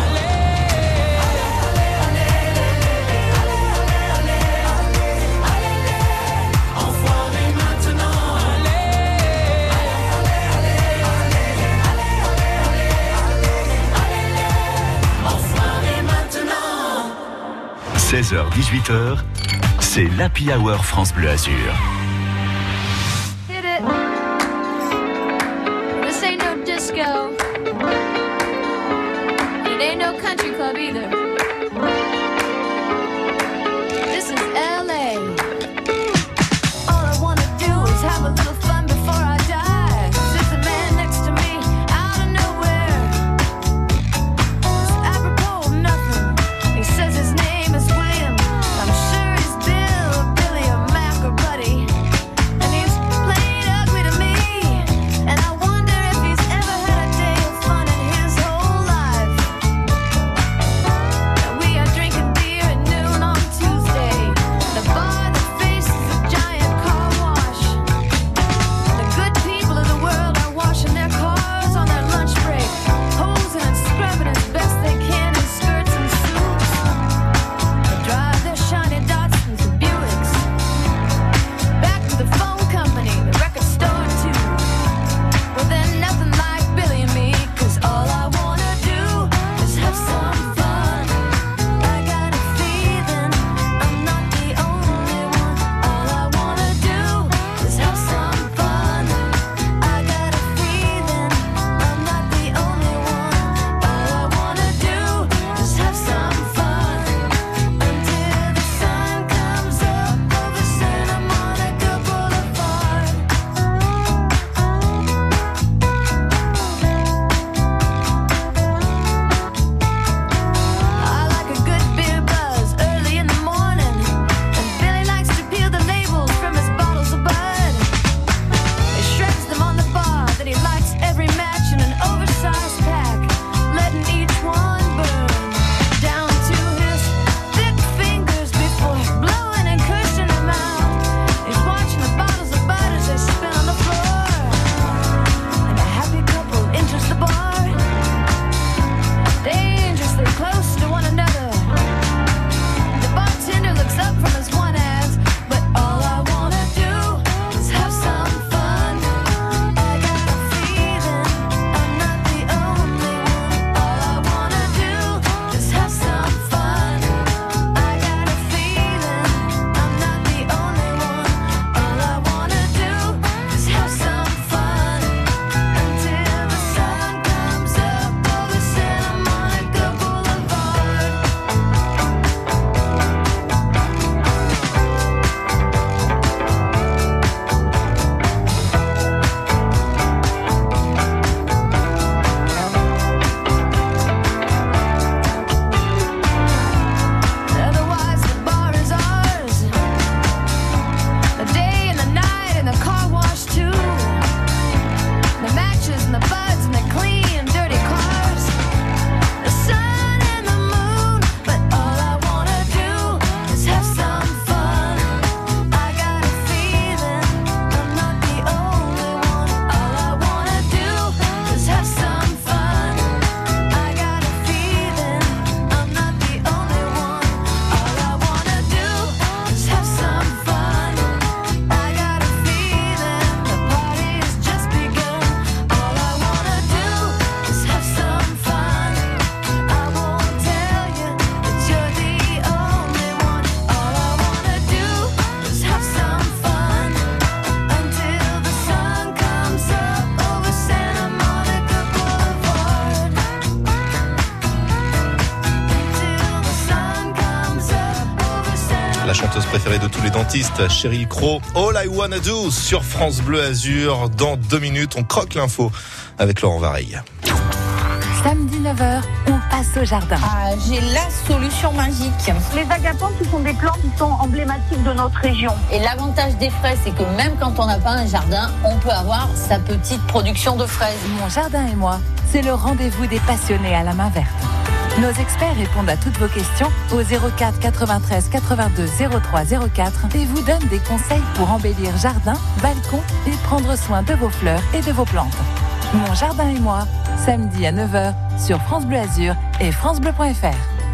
Enfoiré maintenant. Enfoiré maintenant. seize heures dix-huit heures, c'est l'Happy Hour France Bleu Azur. Hit it. This ain't no disco. It ain't no country club either. This is L A. All I wanna do is have a little fun before I die. Sits a man next to me out of nowhere. It's apropos of nothing. He says his name is William. I'm sure he's Bill or Billy or Mac or Buddy. And he's played ugly to me. And I wonder if he's ever had a day of fun in his whole life. chanteuse préférée de tous les dentistes, Sheryl Crow. All I Wanna Do sur France Bleu Azur. Dans deux minutes, on croque l'info avec Laurent Vareille. Samedi neuf heures, on passe au jardin. Ah, j'ai la solution magique. Les agapantes, ce sont des plantes qui sont emblématiques de notre région. Et l'avantage des fraises, c'est que même quand on n'a pas un jardin, on peut avoir sa petite production de fraises. Mon jardin et moi, c'est le rendez-vous des passionnés à la main verte. Nos experts répondent à toutes vos questions au zéro quatre quatre-vingt-treize quatre-vingt-deux zéro trois zéro quatre et vous donnent des conseils pour embellir jardin, balcon et prendre soin de vos fleurs et de vos plantes. Mon jardin et moi, samedi à neuf heures sur France Bleu Azur et francebleu point f r.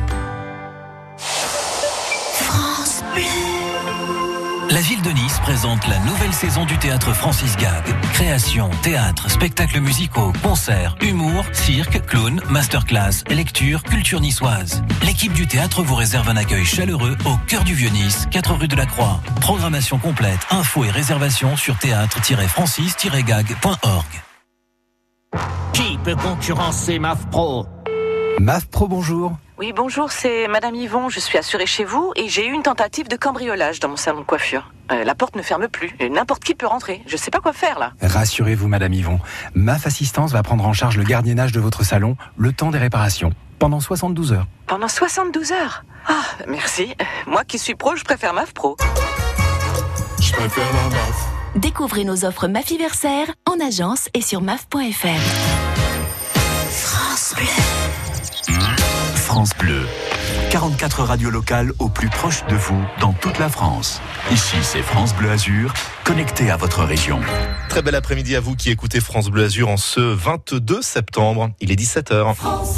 France Bleu. La ville de Nice présente la nouvelle saison du théâtre Francis Gag. Création, théâtre, spectacles musicaux, concerts, humour, cirque, clown, masterclass, lecture, culture niçoise. L'équipe du théâtre vous réserve un accueil chaleureux au cœur du Vieux-Nice, quatre rue de la Croix. Programmation complète, infos et réservations sur théâtre tiret francis tiret gag point org. Qui peut concurrencer M A F Pro? M A F Pro, bonjour. Oui, bonjour, c'est Madame Yvon. Je suis assurée chez vous et j'ai eu une tentative de cambriolage dans mon salon de coiffure. Euh, la porte ne ferme plus et n'importe qui peut rentrer. Je sais pas quoi faire, là. Rassurez-vous, Madame Yvon. M A F Assistance va prendre en charge le gardiennage de votre salon, le temps des réparations, pendant soixante-douze heures. Pendant soixante-douze heures? Ah, merci. Moi qui suis pro, je préfère M A F Pro. Je préfère la M A F. Découvrez nos offres Mafiversaire en agence et sur maf point f r. France Bleu. France Bleu. quarante-quatre radios locales au plus proche de vous dans toute la France. Ici, c'est France Bleu Azur, connecté à votre région. Très bel après-midi à vous qui écoutez France Bleu Azur en ce vingt-deux septembre. Il est dix-sept heures. France,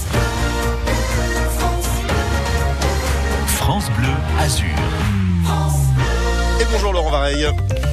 France Bleu Azur. Et bonjour Laurent Vareille.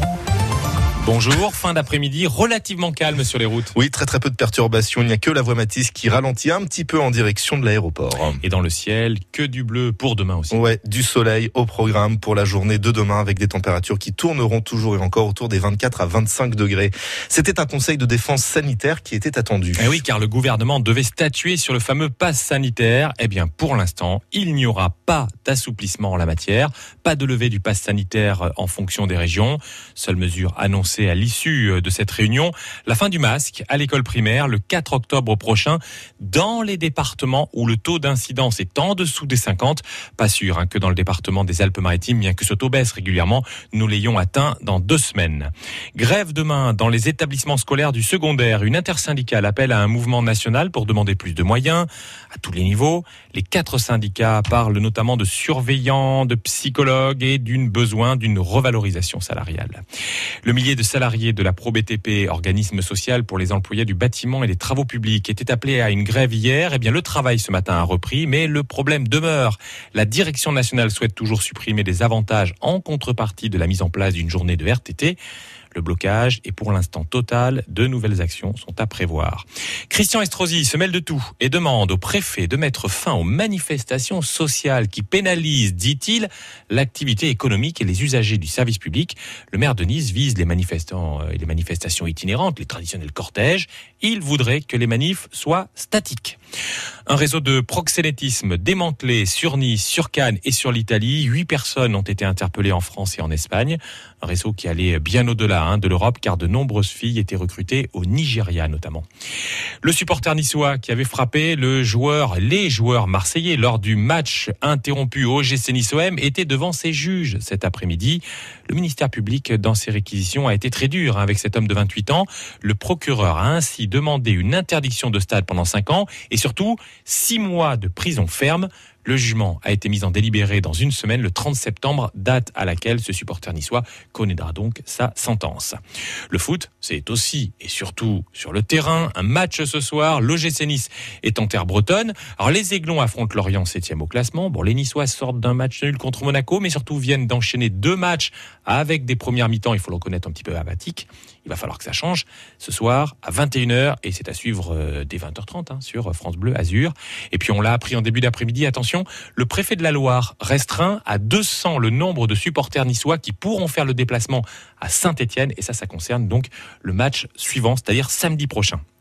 Bonjour, fin d'après-midi relativement calme sur les routes. Oui, très très peu de perturbations. Il n'y a que la voie Matisse qui ralentit un petit peu en direction de l'aéroport. Et dans le ciel, que du bleu pour demain aussi. Ouais, du soleil au programme pour la journée de demain avec des températures qui tourneront toujours et encore autour des vingt-quatre à vingt-cinq degrés. C'était un conseil de défense sanitaire qui était attendu. Eh oui, car le gouvernement devait statuer sur le fameux pass sanitaire. Eh bien, pour l'instant, il n'y aura pas d'assouplissement en la matière, pas de levée du pass sanitaire en fonction des régions. Seule mesure annoncée à l'issue de cette réunion, la fin du masque à l'école primaire le quatre octobre prochain dans les départements où le taux d'incidence est en dessous des cinquante. Pas sûr hein, que dans le département des Alpes-Maritimes, bien que ce taux baisse régulièrement, nous l'ayons atteint dans deux semaines. Grève demain dans les établissements scolaires du secondaire. Une intersyndicale appelle à un mouvement national pour demander plus de moyens à tous les niveaux. Les quatre syndicats parlent notamment de surveillants, de psychologues et d'une besoin d'une revalorisation salariale. Le millier de salariés de la ProBTP, organisme social pour les employés du bâtiment et des travaux publics, était appelé à une grève hier. Eh bien, le travail ce matin a repris, mais le problème demeure. La direction nationale souhaite toujours supprimer des avantages en contrepartie de la mise en place d'une journée de R T T. Le blocage est pour l'instant total. De nouvelles actions sont à prévoir. Christian Estrosi se mêle de tout et demande au préfet de mettre fin aux manifestations sociales qui pénalisent, dit-il, l'activité économique et les usagers du service public. Le maire de Nice vise les manifestants et les manifestations itinérantes, les traditionnels cortèges. Il voudrait que les manifs soient statiques. Un réseau de proxénétisme démantelé sur Nice, sur Cannes et sur l'Italie. Huit personnes ont été interpellées en France et en Espagne. Un réseau qui allait bien au-delà hein, de l'Europe, car de nombreuses filles étaient recrutées au Nigeria notamment. Le supporter niçois qui avait frappé le joueur, les joueurs marseillais lors du match interrompu au O G C Nice O M était devant ses juges cet après-midi. Le ministère public, dans ses réquisitions, a été très dur hein, avec cet homme de vingt-huit ans. Le procureur a ainsi demandé une interdiction de stade pendant cinq ans et surtout six mois de prison ferme. Le jugement a été mis en délibéré dans une semaine, le trente septembre, date à laquelle ce supporter niçois connaîtra donc sa sentence. Le foot, c'est aussi et surtout sur le terrain. Un match ce soir, l'O G C Nice est en terre bretonne. Alors les Aiglons affrontent Lorient septième au classement. Bon, les Niçois sortent d'un match nul contre Monaco, mais surtout viennent d'enchaîner deux matchs avec des premières mi-temps, il faut le reconnaître, un petit peu apathiques. Il va falloir que ça change ce soir à vingt et une heures et c'est à suivre euh, dès vingt heures trente hein, sur France Bleu Azur. Et puis on l'a appris en début d'après-midi, attention, le préfet de la Loire restreint à deux cents le nombre de supporters niçois qui pourront faire le déplacement à Saint-Étienne et ça, ça concerne donc le match suivant, c'est-à-dire samedi prochain.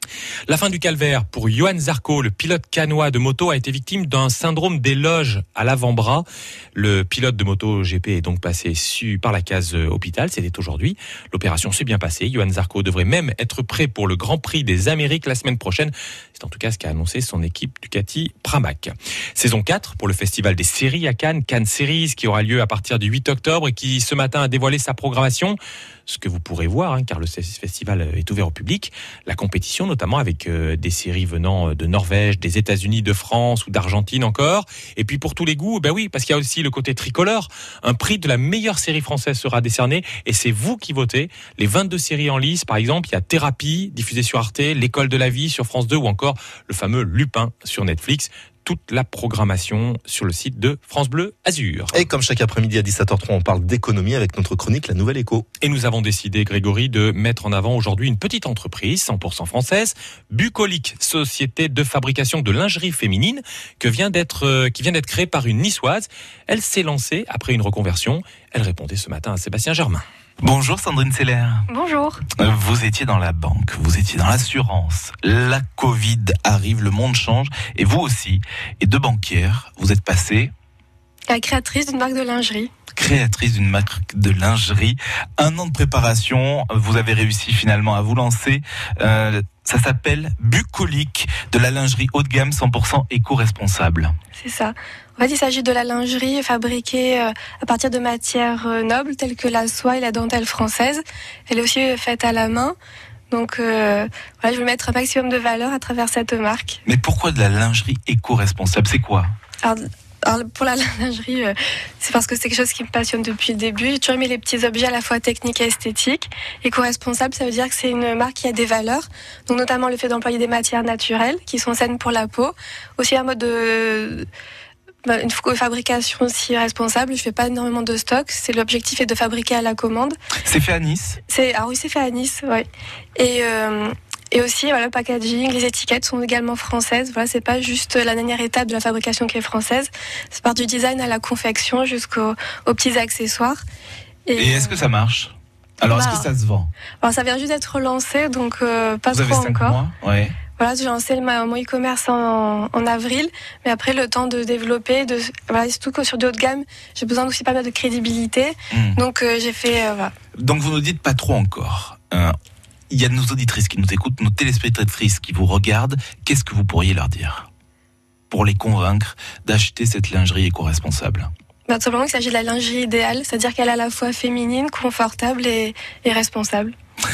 La fin du calvaire pour Johan Zarco, le pilote canois de moto, a été victime d'un syndrome d'éloge à l'avant-bras. Le pilote de moto G P est donc passé su par la case hôpital, c'était aujourd'hui. L'opération s'est bien passée. Johan Zarco devrait même être prêt pour le Grand Prix des Amériques la semaine prochaine. C'est en tout cas ce qu'a annoncé son équipe Ducati Pramac. Saison quatre pour le Festival des séries à Cannes, Cannes Series, qui aura lieu à partir du huit octobre et qui ce matin a dévoilé sa programmation. Ce que vous pourrez voir, hein, car le festival est ouvert au public. La compétition, notamment avec euh, des séries venant de Norvège, des États-Unis, de France ou d'Argentine encore. Et puis pour tous les goûts, ben oui, parce qu'il y a aussi le côté tricolore. Un prix de la meilleure série française sera décerné et c'est vous qui votez. Les vingt-deux séries en lice, par exemple, il y a Thérapie, diffusée sur Arte, L'école de la vie sur France deux ou encore le fameux Lupin sur Netflix. Toute la programmation sur le site de France Bleu Azur. Et comme chaque après-midi à dix-sept heures trois, on parle d'économie avec notre chronique La Nouvelle Écho. Et nous avons décidé, Grégory, de mettre en avant aujourd'hui une petite entreprise cent pour cent française, Bucolique, société de fabrication de lingerie féminine, que vient d'être, euh, qui vient d'être créée par une niçoise. Elle s'est lancée après une reconversion. Elle répondait ce matin à Sébastien Germain. Bonjour Sandrine Seller. Bonjour. Vous étiez dans la banque, vous étiez dans l'assurance. La Covid arrive, le monde change, et vous aussi. Et de banquière, vous êtes passée... La créatrice d'une marque de lingerie. Créatrice d'une marque de lingerie. Un an de préparation, vous avez réussi finalement à vous lancer. Euh, ça s'appelle Bucolique, de la lingerie haut de gamme cent pour cent éco-responsable. C'est ça. En fait, il s'agit de la lingerie fabriquée à partir de matières nobles telles que la soie et la dentelle française. Elle est aussi faite à la main. Donc euh, voilà, je veux mettre un maximum de valeur à travers cette marque. Mais pourquoi de la lingerie éco-responsable ? C'est quoi ? Alors, alors pour la lingerie, euh, c'est parce que c'est quelque chose qui me passionne depuis le début. J'ai toujours aimé les petits objets à la fois techniques et esthétiques. Éco-responsable, ça veut dire que c'est une marque qui a des valeurs, donc notamment le fait d'employer des matières naturelles qui sont saines pour la peau. Aussi un mode de... Une fabrication aussi responsable. Je fais pas énormément de stock. C'est l'objectif est de fabriquer à la commande. C'est fait à Nice. C'est ah oui, c'est fait à Nice, oui. Et euh, et aussi voilà, le packaging, les étiquettes sont également françaises. Voilà, c'est pas juste la dernière étape de la fabrication qui est française. Ça part du design à la confection jusqu'aux aux petits accessoires. Et, et est-ce que ça marche ? Alors bah, est-ce que ça se vend ? Alors ça vient juste d'être lancé, donc euh, pas Vous trop avez cinq encore. Mois ouais. Voilà, j'ai lancé mon e-commerce en, en avril, mais après le temps de développer, de, voilà, surtout que sur du haut de gamme, j'ai besoin aussi pas mal de crédibilité, mmh. donc euh, j'ai fait, euh, voilà. Donc vous nous dites pas trop encore. Euh, il y a nos auditrices qui nous écoutent, nos téléspectatrices qui vous regardent. Qu'est-ce que vous pourriez leur dire pour les convaincre d'acheter cette lingerie éco-responsable ? Bah, tout simplement qu'il s'agit de la lingerie idéale, c'est-à-dire qu'elle est à la fois féminine, confortable et, et responsable.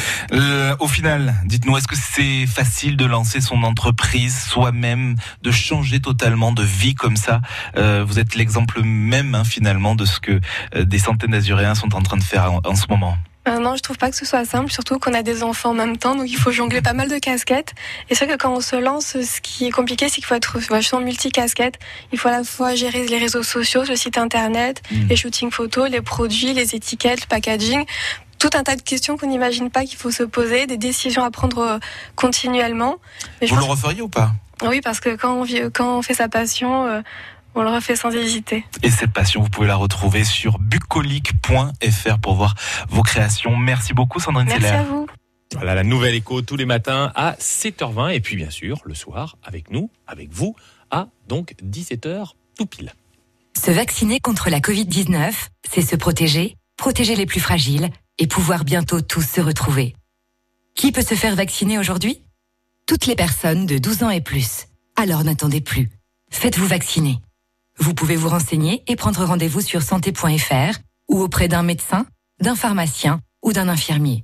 Euh, au final, dites-nous, est-ce que c'est facile de lancer son entreprise soi-même, de changer totalement de vie comme ça ? euh, Vous êtes l'exemple même hein, finalement de ce que euh, des centaines d'Azuréens sont en train de faire en, en ce moment. Euh, non, je trouve pas que ce soit simple, surtout qu'on a des enfants en même temps, donc il faut jongler pas mal de casquettes. Et c'est vrai que quand on se lance, ce qui est compliqué, c'est qu'il faut être justement multi-casquette. Il faut à la fois gérer les réseaux sociaux, le site internet, mmh. les shootings photos, les produits, les étiquettes, le packaging. Tout un tas de questions qu'on n'imagine pas qu'il faut se poser, des décisions à prendre continuellement. Mais Vous le referiez ou pas ? Oui, parce que quand on, vit, quand on fait sa passion, euh, on le refait sans hésiter. Et cette passion, vous pouvez la retrouver sur bucolique point f r pour voir vos créations. Merci beaucoup Sandrine Seller. Seller. Merci à vous. Voilà la Nouvelle Écho tous les matins à sept heures vingt et puis bien sûr le soir avec nous, avec vous, à donc dix-sept heures tout pile. Se vacciner contre la covid dix-neuf, c'est se protéger, protéger les plus fragiles et pouvoir bientôt tous se retrouver. Qui peut se faire vacciner aujourd'hui ? Toutes les personnes de douze ans et plus. Alors n'attendez plus. Faites-vous vacciner. Vous pouvez vous renseigner et prendre rendez-vous sur santé point f r ou auprès d'un médecin, d'un pharmacien ou d'un infirmier.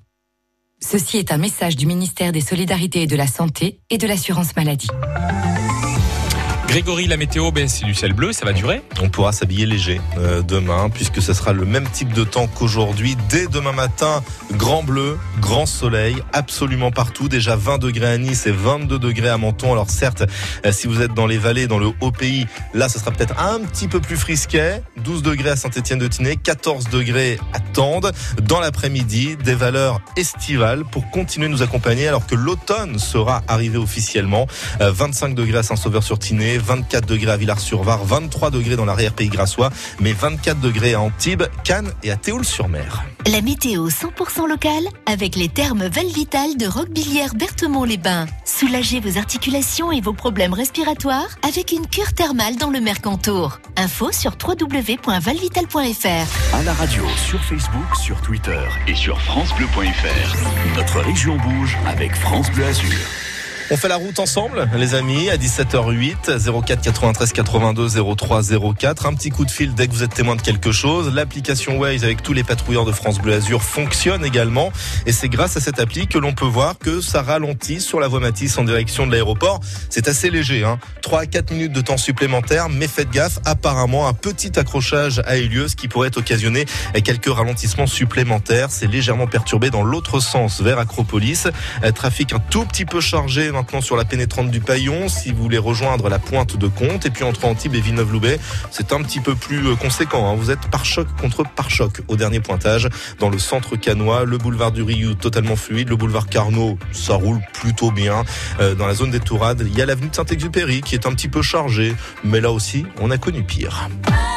Ceci est un message du ministère des Solidarités et de la Santé et de l'Assurance Maladie. Grégory, la météo, ben, c'est du ciel bleu, ça va durer. On pourra s'habiller léger euh, demain, puisque ce sera le même type de temps qu'aujourd'hui. Dès demain matin, grand bleu, grand soleil, absolument partout. Déjà vingt degrés à Nice et vingt-deux degrés à Menton. Alors certes, euh, si vous êtes dans les vallées, dans le haut pays, là, ce sera peut-être un petit peu plus frisquet. douze degrés à Saint-Étienne-de-Tinée, quatorze degrés à Tende. Dans l'après-midi, des valeurs estivales pour continuer de nous accompagner, alors que l'automne sera arrivé officiellement. Euh, vingt-cinq degrés à Saint-Sauveur-sur-Tinée, journée. vingt-quatre degrés à Villars-sur-Var, vingt-trois degrés dans l'arrière-pays grassois, mais vingt-quatre degrés à Antibes, Cannes et à Théoul-sur-Mer. La météo cent pour cent locale avec les thermes Valvital de Roquebillière-Berthemont-les-Bains. Soulagez vos articulations et vos problèmes respiratoires avec une cure thermale dans le Mercantour. Info sur w w w point valvital point f r. À la radio, sur Facebook, sur Twitter et sur francebleu point f r. Notre région bouge avec France Bleu Azur. On fait la route ensemble, les amis, à dix-sept heures huit, zéro quatre quatre-vingt-treize quatre-vingt-deux zéro trois zéro quatre. Un petit coup de fil dès que vous êtes témoin de quelque chose. L'application Waze avec tous les patrouilleurs de France Bleu Azur fonctionne également. Et c'est grâce à cette appli que l'on peut voir que ça ralentit sur la voie Matisse en direction de l'aéroport. C'est assez léger, hein. trois à quatre minutes de temps supplémentaire, mais faites gaffe, apparemment un petit accrochage a eu lieu, ce qui pourrait occasionner quelques ralentissements supplémentaires. C'est légèrement perturbé dans l'autre sens, vers Acropolis. Trafic un tout petit peu chargé maintenant sur la pénétrante du Paillon, si vous voulez rejoindre la pointe de Comte, et puis entre Antibes et Villeneuve-Loubet, c'est un petit peu plus conséquent, hein. Vous êtes pare-choc contre pare-choc au dernier pointage dans le centre cannois, le boulevard du Riou totalement fluide, le boulevard Carnot, ça roule plutôt bien. Euh, dans la zone des Tourades, il y a l'avenue de Saint-Exupéry qui est un petit peu chargée, mais là aussi, on a connu pire.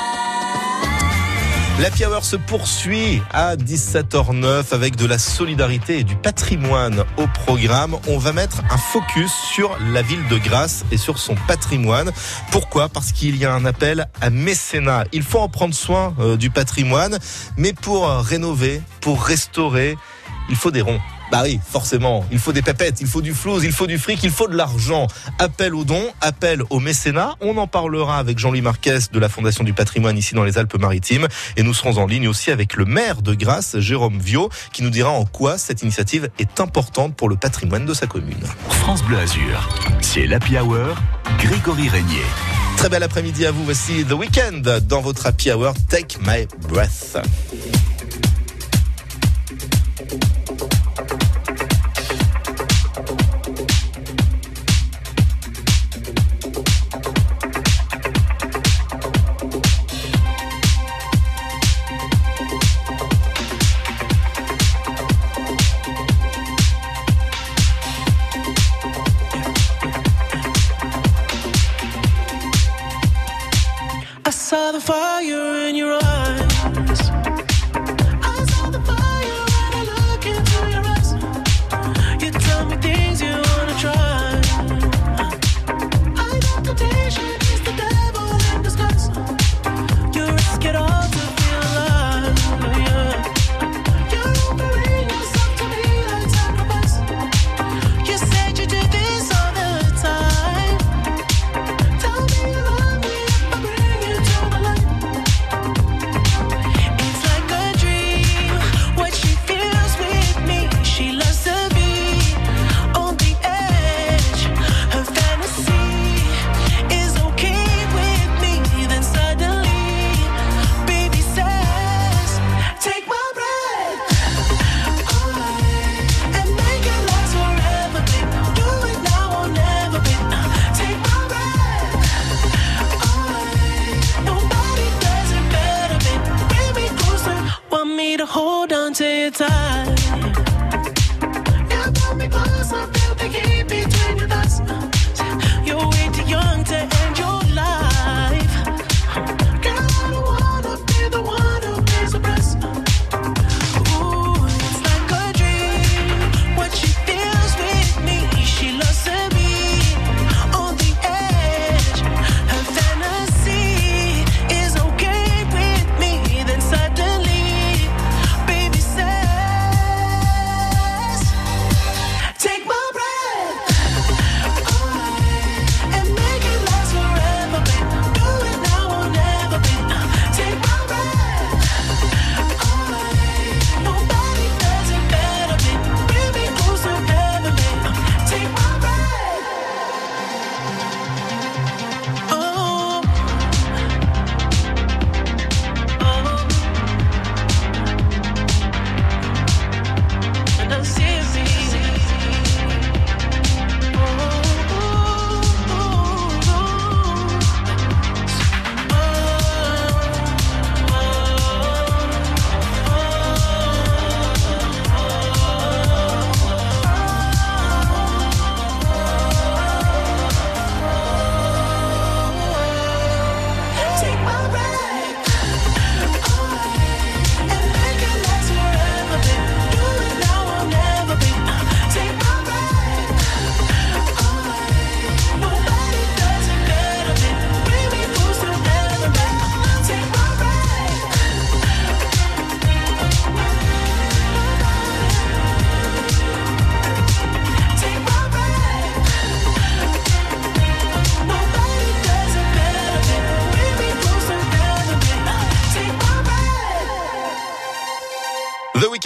L'Happy Hour se poursuit à dix-sept heures neuf avec de la solidarité et du patrimoine au programme. On va mettre un focus sur la ville de Grasse et sur son patrimoine. Pourquoi ? Parce qu'il y a un appel à mécénat. Il faut en prendre soin euh, du patrimoine, mais pour euh, rénover, pour restaurer, il faut des ronds. Bah oui, forcément, il faut des pépettes, il faut du flouze, il faut du fric, il faut de l'argent. Appel aux dons, appel au mécénat. On en parlera avec Jean-Louis Marquez de la Fondation du Patrimoine ici dans les Alpes-Maritimes. Et nous serons en ligne aussi avec le maire de Grasse, Jérôme Viau, qui nous dira en quoi cette initiative est importante pour le patrimoine de sa commune. France Bleu Azur, c'est l'Happy Hour, Grégory Régnier. Très bel après-midi à vous, voici The Weeknd dans votre Happy Hour, Take My Breath. I saw the fire in your eyes. I saw the fire when I look into your eyes. You tell me things you wanna try. Identification is the devil in disguise. You risk it all to feel alive. Yeah. You're offering yourself to me like sacrifice. You said you do this all the time. Tell me you love me if I bring you to the light.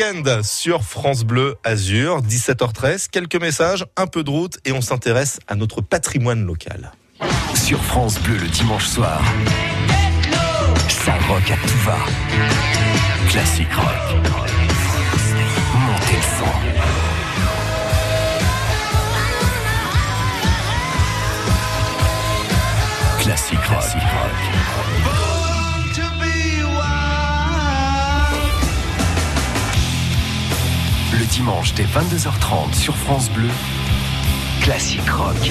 week-end sur France Bleu Azur, dix-sept heures treize. Quelques messages, un peu de route et on s'intéresse à notre patrimoine local. Sur France Bleu le dimanche soir, ça rock à tout va. Classique rock. Montez le son. Classique rock. Classique rock. Le dimanche dès vingt-deux heures trente sur France Bleu, Classique rock.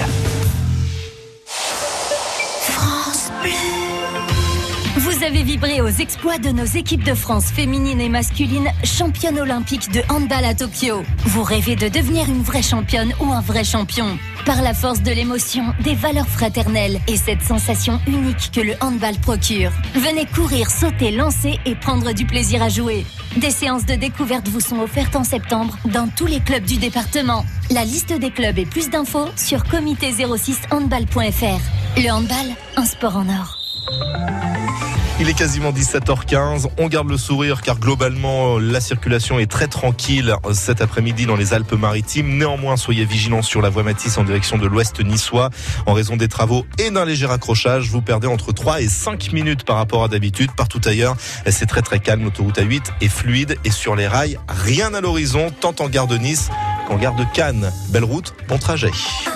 France Bleu. Vous avez vibré aux exploits de nos équipes de France féminines et masculines, championnes olympiques de handball à Tokyo. Vous rêvez de devenir une vraie championne ou un vrai champion. Par la force de l'émotion, des valeurs fraternelles et cette sensation unique que le handball procure. Venez courir, sauter, lancer et prendre du plaisir à jouer. Des séances de découverte vous sont offertes en septembre dans tous les clubs du département. La liste des clubs et plus d'infos sur comité zéro six handball point f r. Le handball, un sport en or. Il est quasiment dix-sept heures quinze, on garde le sourire car globalement la circulation est très tranquille cet après-midi dans les Alpes-Maritimes. Néanmoins, soyez vigilants sur la voie Matisse en direction de l'ouest niçois. En raison des travaux et d'un léger accrochage, vous perdez entre trois et cinq minutes par rapport à d'habitude. Partout ailleurs, c'est très très calme. L'autoroute A huit est fluide et sur les rails, rien à l'horizon, tant en gare de Nice qu'en gare de Cannes. Belle route, bon trajet.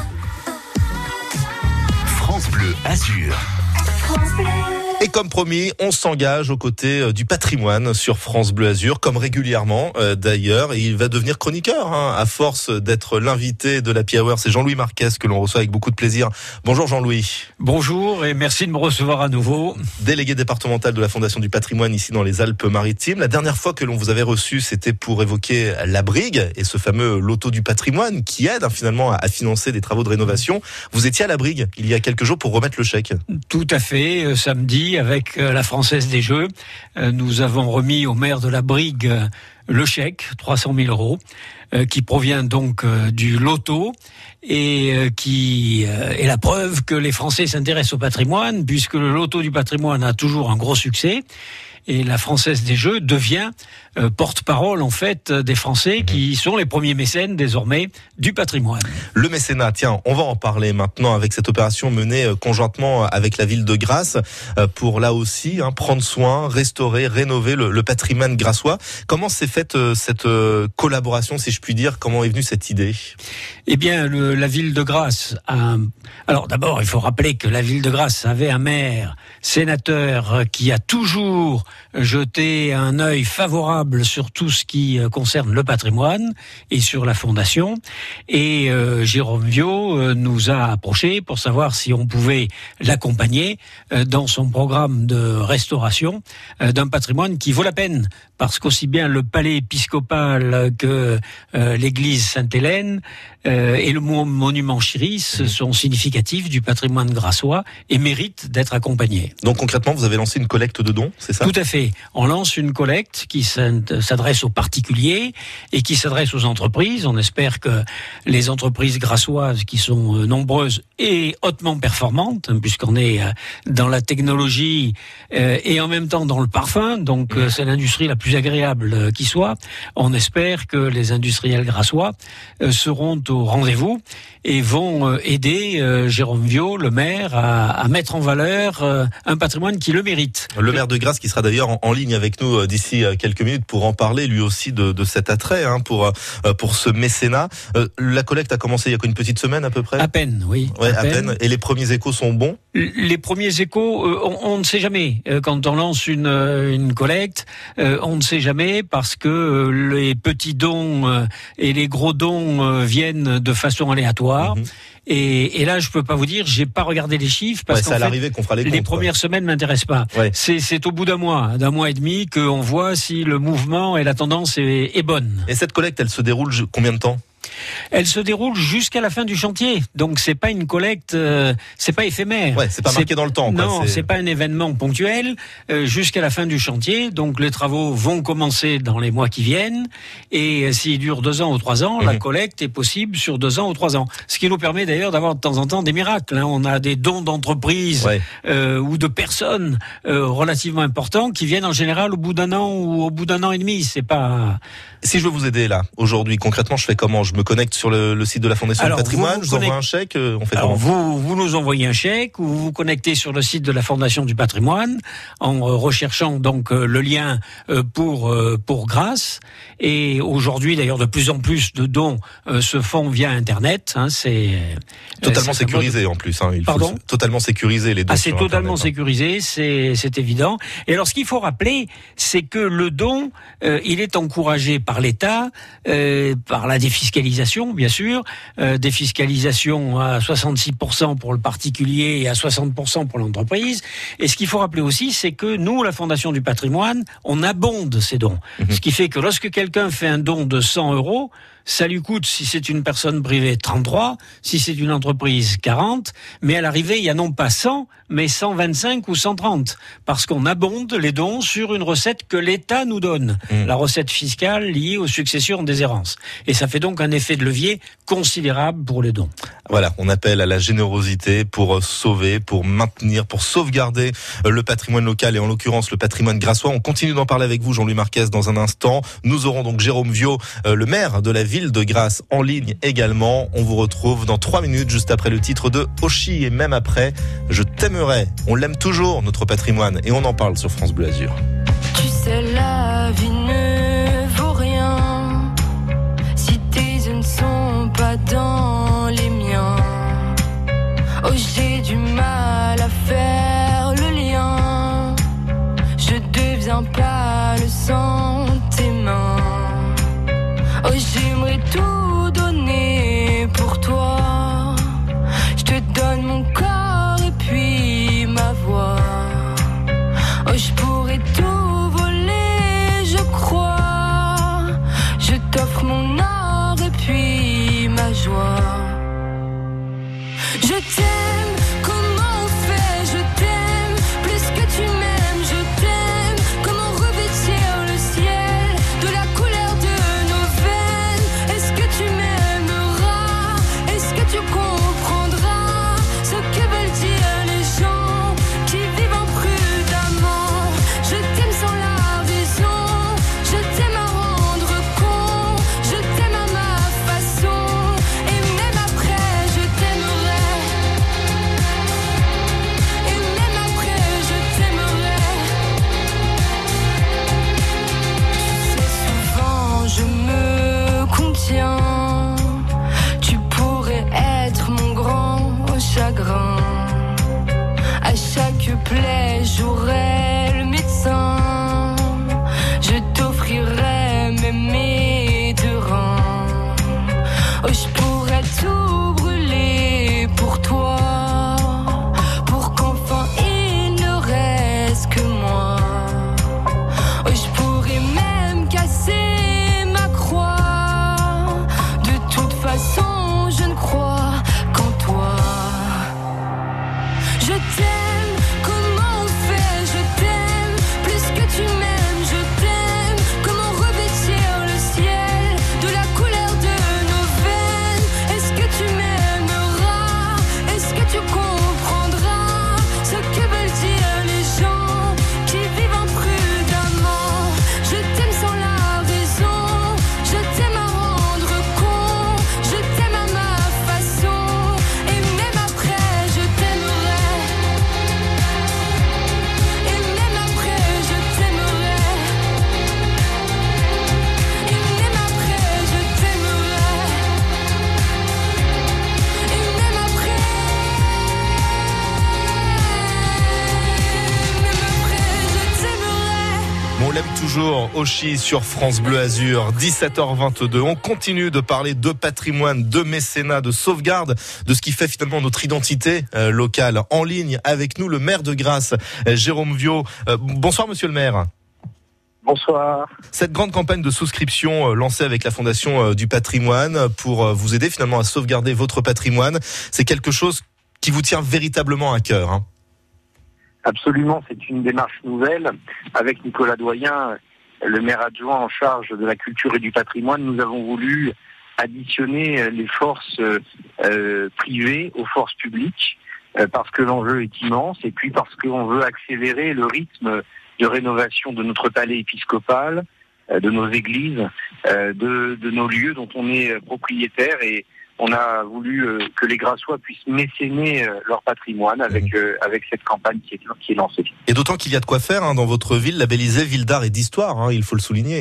France Bleu Azur. France Bleu. Et comme promis, on s'engage aux côtés du patrimoine sur France Bleu Azur, comme régulièrement euh, d'ailleurs. Et il va devenir chroniqueur, hein, à force d'être l'invité de l'Happy Hour. C'est Jean-Louis Marquez que l'on reçoit avec beaucoup de plaisir. Bonjour Jean-Louis. Bonjour et merci de me recevoir à nouveau. Délégué départemental de la Fondation du Patrimoine ici dans les Alpes-Maritimes. La dernière fois que l'on vous avait reçu, c'était pour évoquer la Brigue et ce fameux loto du patrimoine qui aide hein, finalement à financer des travaux de rénovation. Vous étiez à la Brigue il y a quelques jours pour remettre le chèque. Tout à fait, euh, samedi. Avec la Française des Jeux, nous avons remis au maire de la Brigue le chèque, trois cent mille euros, qui provient donc du loto et qui est la preuve que les Français s'intéressent au patrimoine, puisque le loto du patrimoine a toujours un gros succès. Et la Française des Jeux devient euh, porte-parole en fait des Français qui sont les premiers mécènes désormais du patrimoine. Le mécénat, tiens, on va en parler maintenant avec cette opération menée euh, conjointement avec la ville de Grasse euh, pour là aussi hein, prendre soin, restaurer, rénover le, le patrimoine grassois. Comment s'est faite euh, cette euh, collaboration, si je puis dire? Comment est venue cette idée? Eh bien, le, la ville de Grasse a... Alors d'abord, il faut rappeler que la ville de Grasse avait un maire, sénateur, qui a toujours jeté un œil favorable sur tout ce qui concerne le patrimoine et sur la fondation. Et euh, Jérôme Viau euh, nous a approchés pour savoir si on pouvait l'accompagner euh, dans son programme de restauration euh, d'un patrimoine qui vaut la peine. Parce qu'aussi bien le palais épiscopal que euh, l'église Sainte-Hélène euh, et le monument Chiris sont significatifs du patrimoine grassois et méritent d'être accompagnés. Donc concrètement, vous avez lancé une collecte de dons, c'est ça? Tout à fait. On lance une collecte qui s'adresse aux particuliers et qui s'adresse aux entreprises. On espère que les entreprises grassoises, qui sont nombreuses et hautement performantes, puisqu'on est dans la technologie et en même temps dans le parfum, donc c'est l'industrie la plus agréable qui soit. On espère que les industriels grassois seront au rendez-vous et vont aider Jérôme Viau, le maire, à, à mettre en valeur un patrimoine qui le mérite. Le maire de Grasse qui sera d'ailleurs en, en ligne avec nous d'ici quelques minutes pour en parler lui aussi de, de cet attrait hein, pour pour ce mécénat. Euh, la collecte a commencé il y a une petite semaine à peu près. À peine, oui. Ouais, à, à peine. peine. Et les premiers échos sont bons. Les premiers échos, euh, on, on ne sait jamais. Euh, quand on lance une une collecte, euh, on ne sait jamais parce que euh, les petits dons euh, et les gros dons euh, viennent de façon aléatoire. Mmh. Et, et là, je peux pas vous dire, j'ai pas regardé les chiffres parce ouais, qu'en fait, qu'on fera les, comptes, les premières ouais. semaines m'intéressent pas. Ouais. C'est, c'est au bout d'un mois, d'un mois et demi, qu'on voit si le mouvement et la tendance est, est bonne. Et cette collecte, elle se déroule combien de temps ? Elle se déroule jusqu'à la fin du chantier, donc c'est pas une collecte, euh, c'est pas éphémère. Ouais, c'est pas marqué dans le temps. Quoi. Non, c'est... c'est pas un événement ponctuel. Euh, jusqu'à la fin du chantier, donc les travaux vont commencer dans les mois qui viennent, et euh, s'il dure deux ans ou trois ans, mmh. la collecte est possible sur deux ans ou trois ans. Ce qui nous permet d'ailleurs d'avoir de temps en temps des miracles. Hein. On a des dons d'entreprises ouais. euh, ou de personnes euh, relativement importants qui viennent en général au bout d'un an ou au bout d'un an et demi. C'est pas. Si je veux vous aider là, aujourd'hui, concrètement, je fais comment? Je me connecte sur le, le site de la Fondation Alors, du Patrimoine, vous vous je vous envoie connect... un chèque, on fait Alors, comment? vous, vous nous envoyez un chèque ou vous vous connectez sur le site de la Fondation du Patrimoine en euh, recherchant donc euh, le lien euh, pour euh, pour Grâce. Et aujourd'hui, d'ailleurs, de plus en plus de dons euh, se font via Internet. Hein, c'est totalement euh, c'est sécurisé en plus. Hein, il Pardon faut totalement sécuriser les dons. Ah, c'est sur totalement Internet, sécurisé, c'est c'est évident. Et alors, ce qu'il faut rappeler, c'est que le don, euh, il est encouragé par l'État, euh, par la défiscalisation, bien sûr, euh, défiscalisation à soixante-six pour cent pour le particulier et à soixante pour cent pour l'entreprise. Et ce qu'il faut rappeler aussi, c'est que nous, la Fondation du Patrimoine, on abonde ces dons. Mmh. Ce qui fait que lorsque quelqu'un fait un don de cent euros, ça lui coûte, si c'est une personne privée, trente-trois, si c'est une entreprise, quarante, mais à l'arrivée, il y a non pas cent, mais cent vingt-cinq ou cent trente, parce qu'on abonde les dons sur une recette que l'État nous donne, mmh. la recette fiscale liée aux successions en déshérence. Et ça fait donc un effet de levier considérable pour les dons. Voilà, on appelle à la générosité pour sauver, pour maintenir, pour sauvegarder le patrimoine local et en l'occurrence le patrimoine grassois. On continue d'en parler avec vous, Jean-Louis Marquez, dans un instant. Nous aurons donc Jérôme Viau, le maire de la ville de Grasse, en ligne également. On vous retrouve dans trois minutes, juste après le titre de Oshi et même après, Je t'aimerai. On l'aime toujours, notre patrimoine, et on en parle sur France Bleu Azur. Tu sais, la vie ne vaut rien si tes yeux ne sont pas dans les miens. Oh, j'ai du mal à faire le lien. Je deviens pas le sang tes mains. Oh, j'aimerais tout donner pour toi. Je te donne mon corps et puis ma voix. Oh, je pourrais tout voler, je crois. Je t'offre mon or et puis ma joie. Je t'aime, comment on fait? Je t'aime, plus que tu m'aimes, je t'aime. Comment revêtir le ciel de la couleur de nos veines? Est-ce que tu m'aimeras? Est-ce que tu comprendras ce que veulent dire les gens qui vivent imprudemment? Je t'aime sans la raison, je t'aime à rendre compte, je t'aime à ma façon, et même après je t'aimerai, et même après je t'aimerai. Tu sais, souvent je me contiens, tu pourrais être mon grand chagrin. À chaque plaie j'aurai le médecin, je t'offrirai même mes deux reins. Oh, je pourrais tout brûler pour toi, pour qu'enfin il ne reste que moi. Oh, je pourrais même casser ma croix. De toute façon je ne crois qu'en toi. Je t'aime, comment on fait? Je t'aime, plus que tu m'aimes, je t'aime. Comment revêtir le ciel de la couleur de nos veines? Est-ce que tu m'aimeras? Est-ce que tu comprendras ce que veulent dire les gens qui vivent imprudemment? Je t'aime sans la raison, je t'aime à rendre compte, je t'aime à ma façon, et même après je t'aimerai. Et même après je t'aimerai. Et même après je t'aimerai. Et même après. Même après je t'aimerai. On l'aime toujours, Oshi sur France Bleu Azur, dix-sept heures vingt-deux. On continue de parler de patrimoine, de mécénat, de sauvegarde, de ce qui fait finalement notre identité euh, locale. En ligne avec nous, le maire de Grasse, euh, Jérôme Viau. Euh, bonsoir monsieur le maire. Bonsoir. Cette grande campagne de souscription euh, lancée avec la Fondation euh, du patrimoine pour euh, vous aider finalement à sauvegarder votre patrimoine, c'est quelque chose qui vous tient véritablement à cœur, hein. Absolument, c'est une démarche nouvelle. Avec Nicolas Doyen, le maire adjoint en charge de la culture et du patrimoine, nous avons voulu additionner les forces euh, privées aux forces publiques euh, parce que l'enjeu est immense et puis parce qu'on veut accélérer le rythme de rénovation de notre palais épiscopal, euh, de nos églises, euh, de, de nos lieux dont on est propriétaire, et on a voulu euh, que les Grassois puissent mécéner euh, leur patrimoine avec euh, avec cette campagne qui est, qui est lancée. Et d'autant qu'il y a de quoi faire hein, dans votre ville, labellisée ville d'art et d'histoire, hein, il faut le souligner.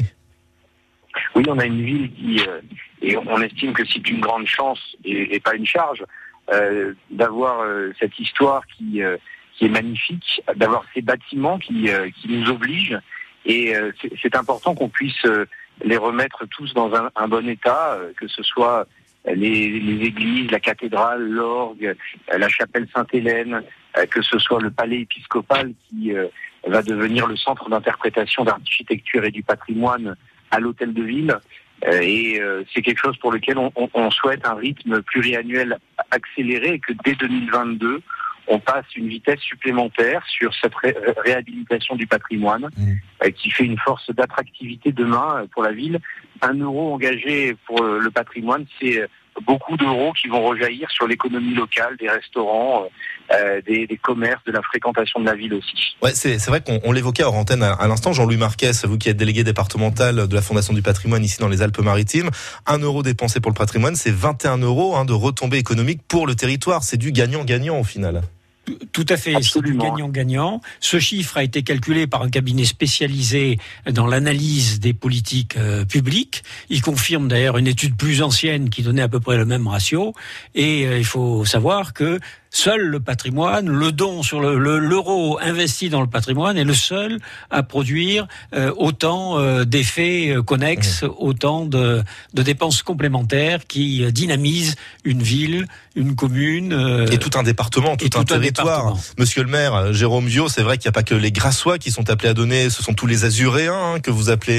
Oui, on a une ville qui, euh, et on estime que c'est une grande chance et, et pas une charge, euh, d'avoir euh, cette histoire qui, euh, qui est magnifique, d'avoir ces bâtiments qui, euh, qui nous obligent, et euh, c'est, c'est important qu'on puisse euh, les remettre tous dans un, un bon état, euh, que ce soit Les, les églises, la cathédrale, l'orgue, la chapelle Sainte-Hélène, que ce soit le palais épiscopal qui euh, va devenir le centre d'interprétation d'architecture et du patrimoine à l'hôtel de ville. Euh, et euh, c'est quelque chose pour lequel on, on, on souhaite un rythme pluriannuel accéléré et que dès deux mille vingt-deux, on passe une vitesse supplémentaire sur cette ré- réhabilitation du patrimoine mmh. euh, qui fait une force d'attractivité demain euh, pour la ville. Un euro engagé pour euh, le patrimoine, c'est euh, beaucoup d'euros qui vont rejaillir sur l'économie locale, des restaurants, euh, des, des commerces, de la fréquentation de la ville aussi. Ouais, c'est, c'est vrai qu'on on l'évoquait hors antenne à, à l'instant. Jean-Louis Marquez, vous qui êtes délégué départemental de la Fondation du patrimoine ici dans les Alpes-Maritimes, un euro dépensé pour le patrimoine, c'est vingt et un euros hein, de retombées économiques pour le territoire. C'est du gagnant-gagnant au final. Tout à fait, Absolument. C'est du gagnant-gagnant. Ce chiffre a été calculé par un cabinet spécialisé dans l'analyse des politiques euh, publiques. Il confirme d'ailleurs une étude plus ancienne qui donnait à peu près le même ratio. Et euh, il faut savoir que seul le patrimoine, le don sur le, le, l'euro investi dans le patrimoine est le seul à produire euh, autant euh, d'effets euh, connexes, mmh. autant de, de dépenses complémentaires qui euh, dynamisent une ville, une commune. Euh, et tout un département, tout, un, tout territoire. un territoire. Monsieur le maire, Jérôme Viau, c'est vrai qu'il n'y a pas que les Grassois qui sont appelés à donner, ce sont tous les Azuréens hein, que vous appelez.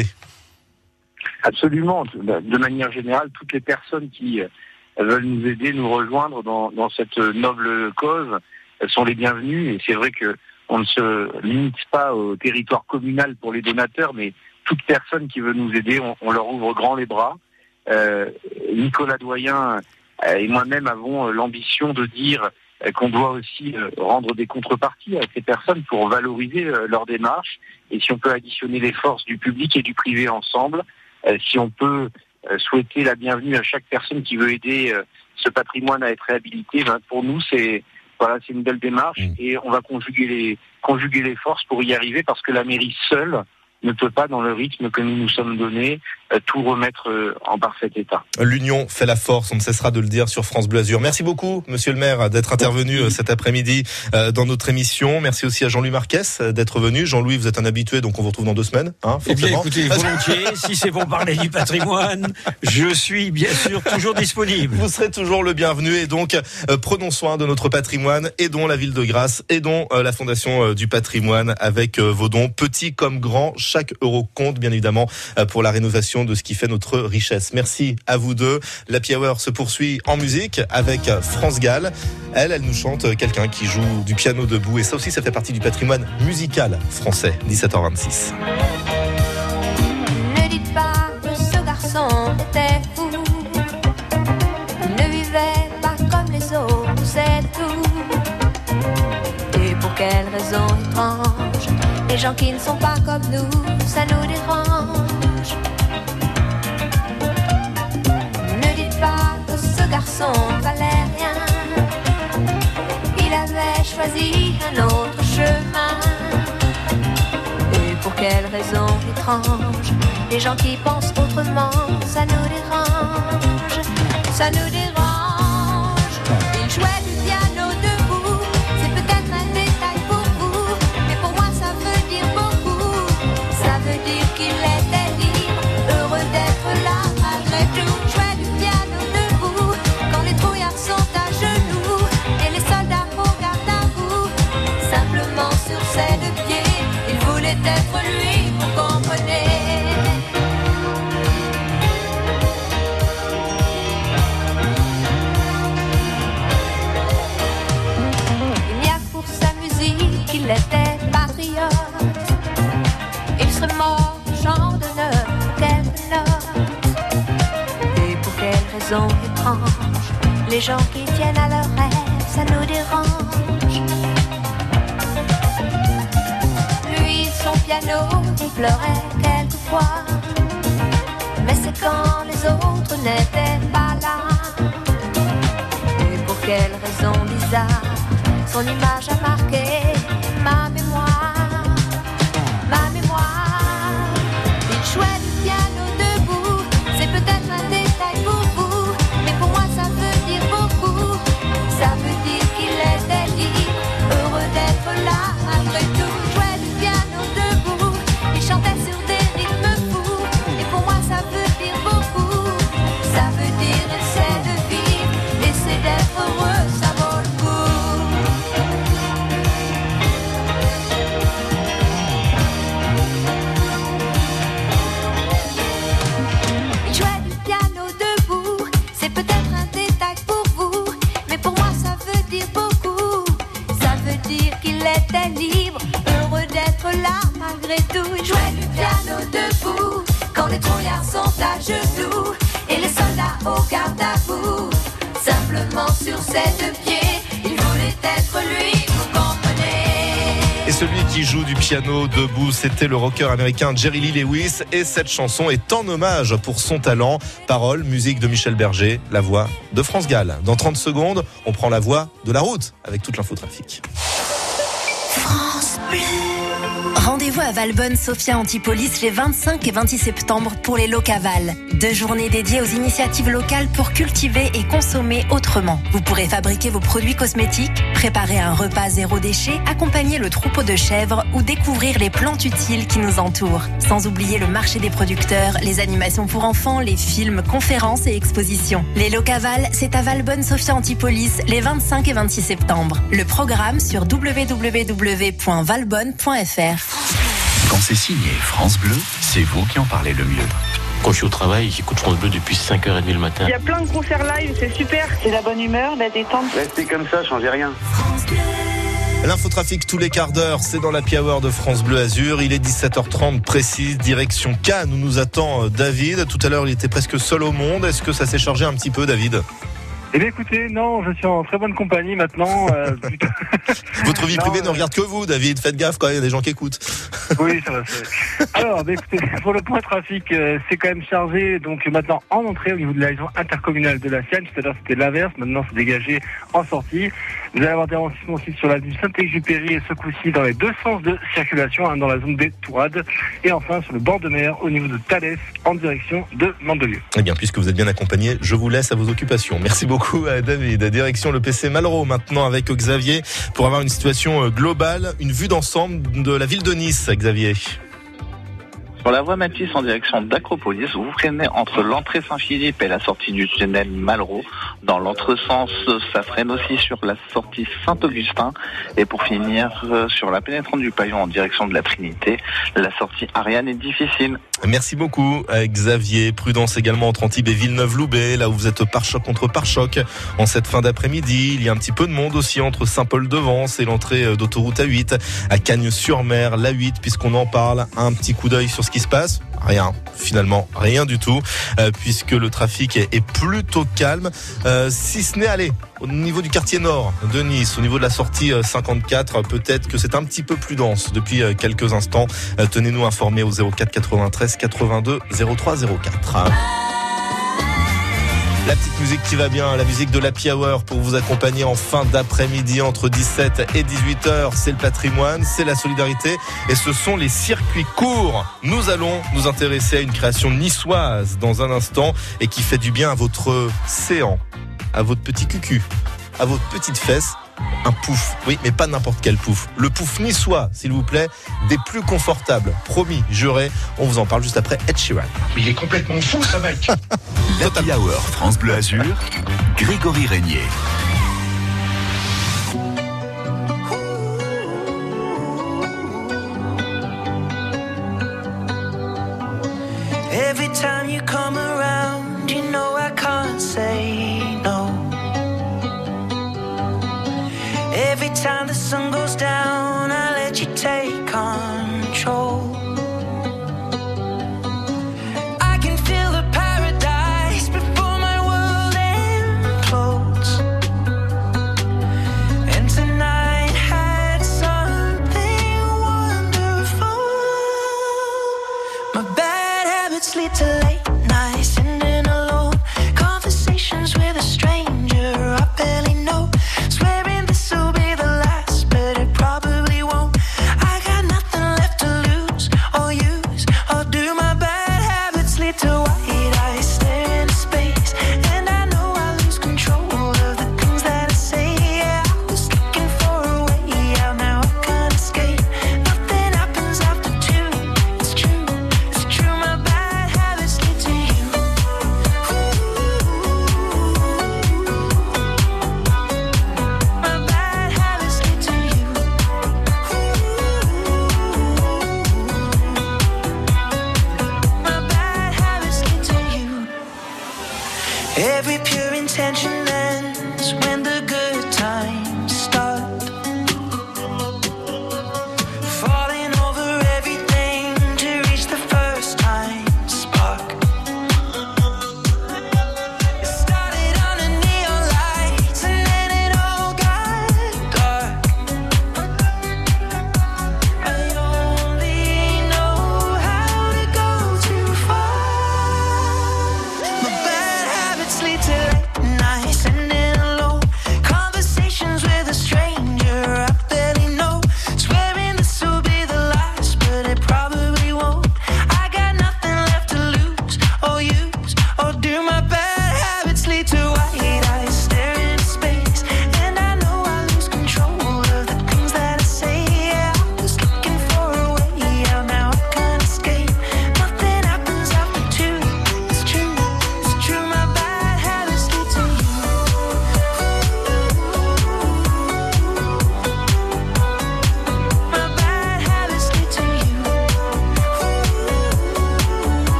Absolument. De manière générale, toutes les personnes qui veulent nous aider, nous rejoindre dans, dans cette noble cause, sont les bienvenues. Et c'est vrai que on ne se limite pas au territoire communal pour les donateurs, mais toute personne qui veut nous aider, on, on leur ouvre grand les bras. Euh, Nicolas Doyen euh, et moi-même avons l'ambition de dire euh, qu'on doit aussi euh, rendre des contreparties à ces personnes pour valoriser euh, leur démarche. Et si on peut additionner les forces du public et du privé ensemble, euh, si on peut souhaiter la bienvenue à chaque personne qui veut aider euh, ce patrimoine à être réhabilité, ben, pour nous c'est voilà, c'est une belle démarche mmh. et on va conjuguer les conjuguer les forces pour y arriver parce que la mairie seule ne peut pas, dans le rythme que nous nous sommes donnés, euh, tout remettre euh, en parfait état. L'union fait la force, on ne cessera de le dire sur France Bleu Azur. Merci beaucoup, monsieur le maire, d'être intervenu euh, cet après-midi euh, dans notre émission. Merci aussi à Jean-Louis Marquez euh, d'être venu. Jean-Louis, vous êtes un habitué, donc on vous retrouve dans deux semaines. Hein, eh bien, écoutez, volontiers, si c'est pour parler du patrimoine, je suis bien sûr toujours disponible. Vous serez toujours le bienvenu et donc euh, prenons soin de notre patrimoine, aidons la ville de Grasse, aidons euh, la Fondation euh, du patrimoine avec euh, vos dons, petits comme grands. Chaque euro compte, bien évidemment, pour la rénovation de ce qui fait notre richesse. Merci à vous deux. L'Happy Hour se poursuit en musique avec France Gall. Elle, elle nous chante quelqu'un qui joue du piano debout. Et ça aussi, ça fait partie du patrimoine musical français. dix-sept heures vingt-six. Ne dites pas que ce garçon était fou. Il ne vivait pas comme les autres, c'est tout. Et pour quelle raison étrange? Les gens qui ne sont pas comme nous, ça nous dérange. Ne dites pas que ce garçon valait rien. Il avait choisi un autre chemin. Et pour quelle raison étrange? Les gens qui pensent autrement, ça nous dérange. Ça nous dérange. Il jouait du piano debout. C'est peut-être un détail pour vous, mais pour moi ça veut dire beaucoup. Ça veut dire qu'il était libre, heureux d'être là malgré tout. Jouait du piano debout quand les trouillards sont à genoux et les soldats regardent à vous. Simplement sur ses deux pieds, il voulait être lui, vous comprenez. Les gens qui tiennent à leurs rêves, ça nous dérange. Lui, son piano, il pleurait quelquefois. Mais c'est quand les autres n'étaient pas là. Et pour quelle raison bizarre, son image a marqué ma mémoire. Ma mémoire. Il jouait du piano debout, c'est peut-être un détail pour vous, mais pour moi ça veut dire beaucoup. Ça veut dire qu'il était libre, heureux d'être là malgré tout. Il jouait du piano debout, il chantait sur des rythmes fous, et pour moi ça veut dire beaucoup. Ça veut dire essaie de vivre, essaie d'être heureux, ça vaut le coup. Il jouait du piano debout, c'est peut-être un détail pour vous, mais pour moi ça veut dire beaucoup. Ça veut dire qu'il était libre, heureux d'être là malgré tout. Il jouait du piano debout, quand les trouillards sont à genoux, et les soldats au garde à vous. Simplement sur ses deux pieds, il voulait être lui, vous comprenez. Et celui qui joue du piano debout, c'était le rocker américain Jerry Lee Lewis. Et cette chanson est en hommage pour son talent. Paroles, musique de Michel Berger, la voix de France Gall. Dans trente secondes, on prend la voie de la route avec toute l'infotrafic. France Bleu. Rendez-vous à Valbonne Sophia Antipolis les vingt-cinq et vingt-six septembre pour les Locavals. Deux journées dédiées aux initiatives locales pour cultiver et consommer autrement. Vous pourrez fabriquer vos produits cosmétiques, préparer un repas zéro déchet, accompagner le troupeau de chèvres ou découvrir les plantes utiles qui nous entourent. Sans oublier le marché des producteurs, les animations pour enfants, les films, conférences et expositions. Les Locavals, c'est à Valbonne Sophia Antipolis les vingt-cinq et vingt-six septembre. Le programme sur w w w point valbonne point f r. Quand c'est signé France Bleu, c'est vous qui en parlez le mieux. Quand je suis au travail, j'écoute France Bleu depuis cinq heures trente le matin. Il y a plein de concerts live, c'est super. C'est la bonne humeur, la détente. Restez comme ça, changez rien. L'infotrafic tous les quarts d'heure, c'est dans l'Happy Hour de France Bleu Azur. Il est dix-sept heures trente précise, direction Cannes où nous attend David. Tout à l'heure, il était presque seul au monde. Est-ce que ça s'est chargé un petit peu, David ? Eh bien écoutez, non, je suis en très bonne compagnie maintenant. Euh, Votre vie non, privée euh... ne regarde que vous, David. Faites gaffe quand il y a des gens qui écoutent. Oui, ça va. C'est... Alors, bah, écoutez, pour le point trafic, euh, c'est quand même chargé. Donc maintenant en entrée au niveau de la région intercommunale de la Sienne. Tout à l'heure c'était l'inverse. Maintenant c'est dégagé en sortie. Vous allez avoir des ralentissements aussi sur l'avenue Saint-Exupéry et ce coup-ci dans les deux sens de circulation, hein, dans la zone des Tourades. Et enfin sur le bord de mer au niveau de Thalès en direction de Mandelieu. Eh bien, puisque vous êtes bien accompagné, je vous laisse à vos occupations. Merci beaucoup à David. Direction le P C Malraux maintenant avec Xavier pour avoir une situation globale, une vue d'ensemble de la ville de Nice, Xavier. Sur la voie Matisse en direction d'Acropolis, vous freinez entre l'entrée Saint-Philippe et la sortie du tunnel Malraux. Dans l'autre sens, ça freine aussi sur la sortie Saint-Augustin. Et pour finir, sur la pénétrante du Paillon en direction de la Trinité, la sortie Ariane est difficile. Merci beaucoup Xavier. Prudence également entre Antibes et Villeneuve-Loubet, là où vous êtes pare-choc contre pare-choc en cette fin d'après-midi. Il y a un petit peu de monde aussi entre Saint-Paul-de-Vence et l'entrée d'autoroute A huit à Cagnes-sur-Mer, l'A huit, puisqu'on en parle. Un petit coup d'œil sur ce qui se passe. Rien, finalement, rien du tout, euh, puisque le trafic est, est plutôt calme, euh, si ce n'est, allez, au niveau du quartier nord de Nice, au niveau de la sortie cinquante-quatre, peut-être que c'est un petit peu plus dense depuis quelques instants. Euh, tenez-nous informés au zéro quatre quatre-vingt-treize quatre-vingt-deux zéro trois zéro quatre. La petite musique qui va bien, la musique de l'Happy Hour pour vous accompagner en fin d'après-midi entre dix-sept et dix-huit heures. C'est le patrimoine, c'est la solidarité et ce sont les circuits courts. Nous allons nous intéresser à une création niçoise dans un instant et qui fait du bien à votre séant, à votre petit cucu, à votre petite fesse. Un pouf, oui, mais pas n'importe quel pouf. Le pouf niçois, s'il vous plaît, des plus confortables. Promis, juré, on vous en parle juste après Ed Sheeran. Mais il est complètement fou, ce mec. L'Happy Hour France Bleu Azur, Grégory Régnier. Every time you come around, you know I can't say no. Every time the sun goes down, I let you take control. I can feel the paradise before my world implodes.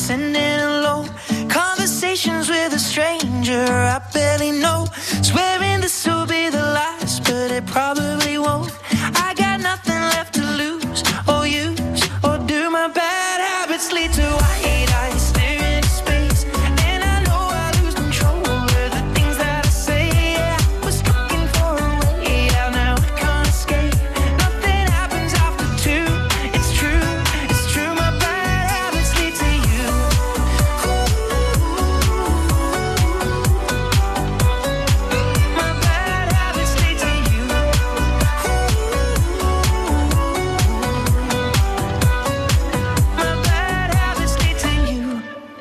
sending alone. Conversations with a stranger I barely know. Swearing this will be the last, but it probably won't. I got nothing left to lose or use, or do my bad habits lead to white eyes staring into space? And I know I lose control of the things that I say. Yeah, I was looking for a way out, now I can't escape. Nothing happens after two. It's true, it's true. My bad habits lead to you. My bad habits lead to you. My bad habits lead to you.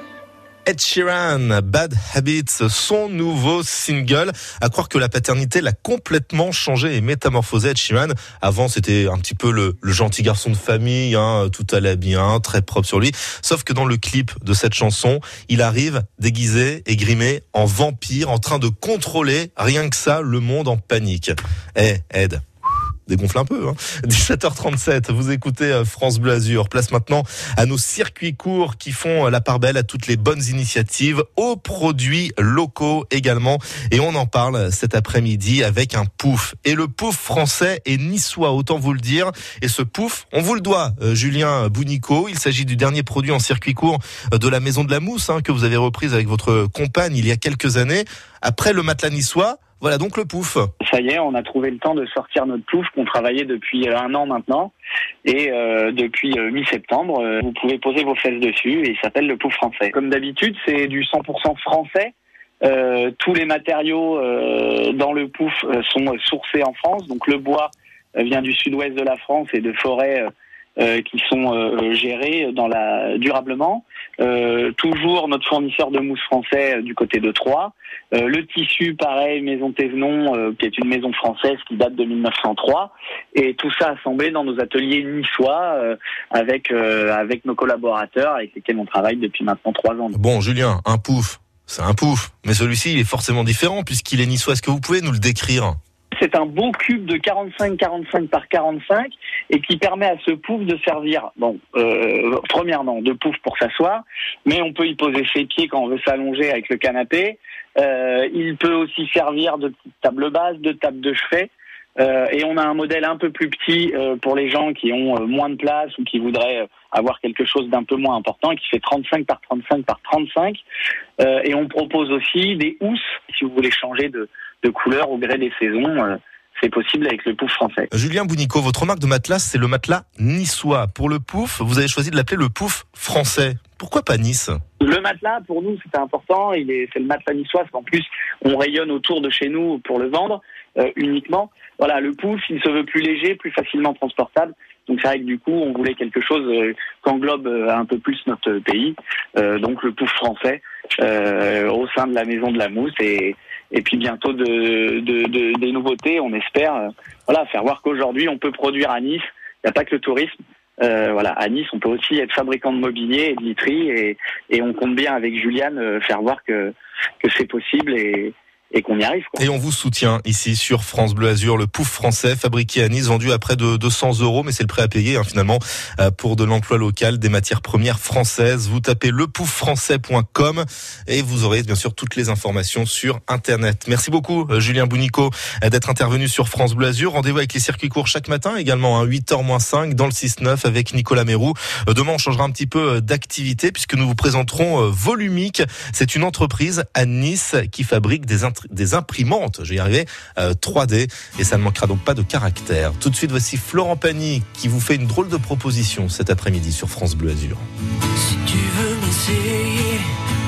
Ed Sheeran, Bad Habits, son nouveau single. À croire que la paternité l'a complètement changé et métamorphosé. Ed Sheeran, avant c'était un petit peu le, le gentil garçon de famille, hein, tout allait bien, très propre sur lui. Sauf que dans le clip de cette chanson, il arrive déguisé et grimé en vampire, en train de contrôler, rien que ça, le monde en panique. Eh, Ed, dégonfle un peu, hein. dix-sept heures trente-sept, vous écoutez France Bleu Azur. Place maintenant à nos circuits courts qui font la part belle à toutes les bonnes initiatives, aux produits locaux également. Et on en parle cet après-midi avec un pouf. Et le pouf français est niçois, autant vous le dire. Et ce pouf, on vous le doit, Julien Bunico. Il s'agit du dernier produit en circuit court de la Maison de la Mousse, hein, que vous avez reprise avec votre compagne il y a quelques années. Après le matelas niçois, voilà donc le pouf. Ça y est, on a trouvé le temps de sortir notre pouf qu'on travaillait depuis un an maintenant. Et euh, depuis euh, mi-septembre, euh, vous pouvez poser vos fesses dessus et il s'appelle le pouf français. Comme d'habitude, c'est du cent pour cent français. Euh, tous les matériaux euh, dans le pouf euh, sont sourcés en France. Donc le bois euh, vient du sud-ouest de la France et de forêts euh, euh, qui sont euh, gérées dans la, durablement. Euh, toujours notre fournisseur de mousse français euh, du côté de Troyes. Euh, le tissu, pareil, Maison Thévenon, euh, qui est une maison française qui date de mille neuf cent trois. Et tout ça assemblé dans nos ateliers niçois euh, avec, euh, avec nos collaborateurs avec lesquels on travaille depuis maintenant trois ans. Bon, Julien, un pouf, c'est un pouf. Mais celui-ci, il est forcément différent puisqu'il est niçois. Est-ce que vous pouvez nous le décrire ? C'est un beau cube de quarante-cinq quarante-cinq par quarante-cinq et qui permet à ce pouf de servir, bon, euh, premièrement, de pouf pour s'asseoir, mais on peut y poser ses pieds quand on veut s'allonger avec le canapé. Euh, il peut aussi servir de petite table basse, de table de chevet. Euh, et on a un modèle un peu plus petit euh, pour les gens qui ont euh, moins de place ou qui voudraient euh, avoir quelque chose d'un peu moins important et qui fait trente-cinq par trente-cinq par trente-cinq. Euh, et on propose aussi des housses, si vous voulez changer de, de couleur au gré des saisons. Euh, c'est possible avec le pouf français. Julien Bunico, votre marque de matelas, c'est le matelas niçois. Pour le pouf, vous avez choisi de l'appeler le pouf français. Pourquoi pas Nice ? Le matelas, pour nous, c'était important. Il est, c'est le matelas niçois, parce qu'en plus, on rayonne autour de chez nous pour le vendre euh, uniquement. Voilà, le pouf, il se veut plus léger, plus facilement transportable. Donc c'est vrai que du coup, on voulait quelque chose euh, qu'englobe euh, un peu plus notre pays. Euh, donc le pouf français euh, au sein de la Maison de la Mousse et, et puis bientôt de, de, de, des nouveautés, on espère. Euh, voilà, faire voir qu'aujourd'hui, on peut produire à Nice. Il n'y a pas que le tourisme. Euh, voilà, à Nice, on peut aussi être fabricant de mobilier et de literie et, et on compte bien avec Juliane euh, faire voir que, que c'est possible et, et qu'on y arrive, quoi. Et on vous soutient ici sur France Bleu Azur, le pouf français fabriqué à Nice, vendu à près de deux cents euros, mais c'est le prêt à payer hein, finalement euh, pour de l'emploi local, des matières premières françaises. Vous tapez le pouf français point com et vous aurez bien sûr toutes les informations sur Internet. Merci beaucoup euh, Julien Bunico euh, d'être intervenu sur France Bleu Azur. Rendez-vous avec les circuits courts chaque matin également, hein, huit heures moins cinq dans le six neuf avec Nicolas Mérou. Euh, demain on changera un petit peu euh, d'activité puisque nous vous présenterons euh, Volumique. C'est une entreprise à Nice qui fabrique des des imprimantes, je vais y arriver, euh, trois D, et ça ne manquera donc pas de caractère. Tout de suite, voici Florent Pagny qui vous fait une drôle de proposition cet après-midi sur France Bleu Azur. Si tu veux m'essayer,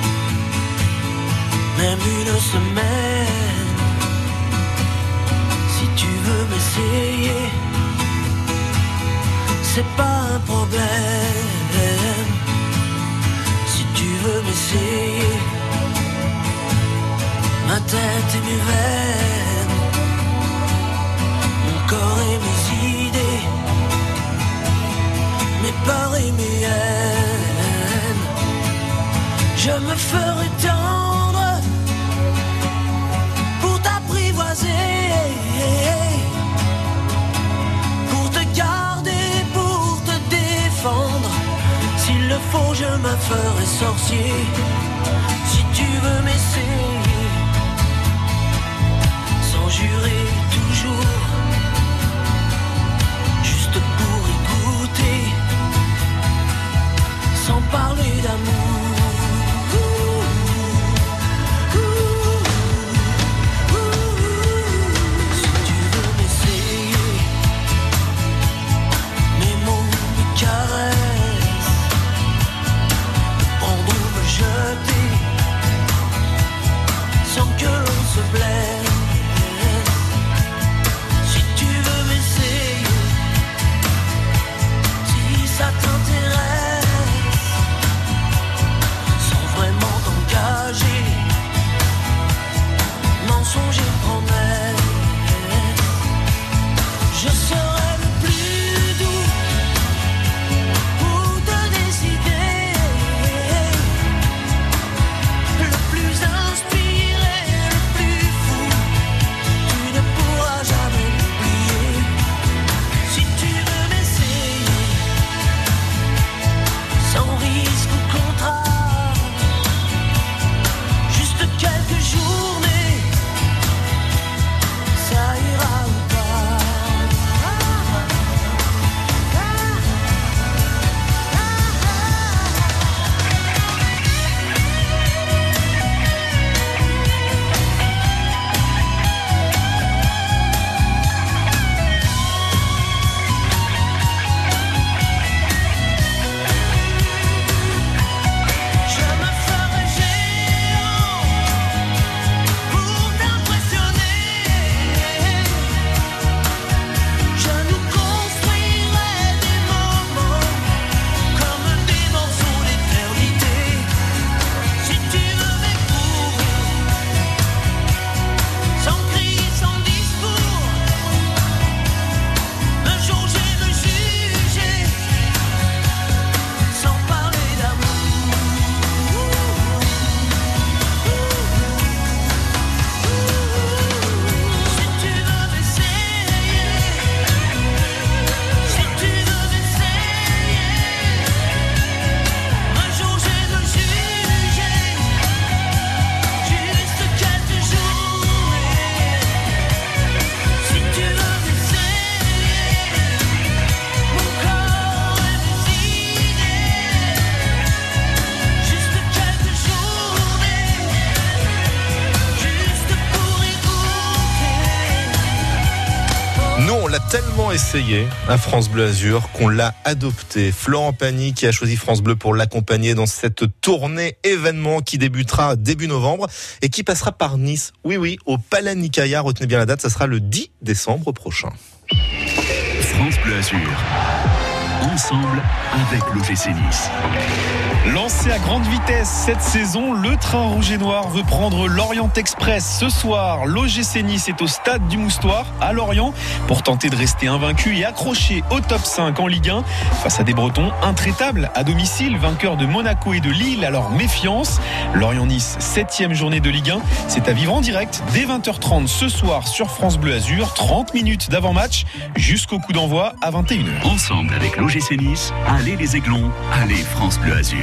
même une semaine, si tu veux m'essayer, c'est pas un problème. Si tu veux m'essayer, ma tête et mes veines, mon corps et mes idées, mes peurs et mes haines. Je me ferai tendre pour t'apprivoiser, pour te garder, pour te défendre. Si le le faut, je me ferai sorcier. Si tu veux m'essayer, sans jurer toujours, juste pour écouter, sans parler d'amour. Sans que l'on se blesse, si tu veux m'essayer, si ça t'intéresse, sans vraiment t'engager, mensonge et promesse, je serai le plus doux pour te décider, le plus inspiré. Tellement essayé à France Bleu Azur qu'on l'a adopté. Florent Pagny qui a choisi France Bleu pour l'accompagner dans cette tournée événement qui débutera début novembre et qui passera par Nice. Oui, oui, au Palais Nicaïa. Retenez bien la date, ça sera le dix décembre prochain. France Bleu Azur. Ensemble avec l'O G C Nice. Lancé à grande vitesse cette saison, le train rouge et noir veut prendre l'Orient Express. Ce soir, l'O G C Nice est au stade du Moustoir à Lorient pour tenter de rester invaincu et accroché au top cinq en Ligue un face à des Bretons intraitables à domicile, vainqueurs de Monaco et de Lille. Alors méfiance. Lorient-Nice, septième journée de Ligue un, c'est à vivre en direct dès vingt heures trente ce soir sur France Bleu Azur. trente minutes d'avant-match jusqu'au coup d'envoi à vingt et une heures. Ensemble avec l'O G C Nice, allez les Aiglons, allez France Bleu Azur.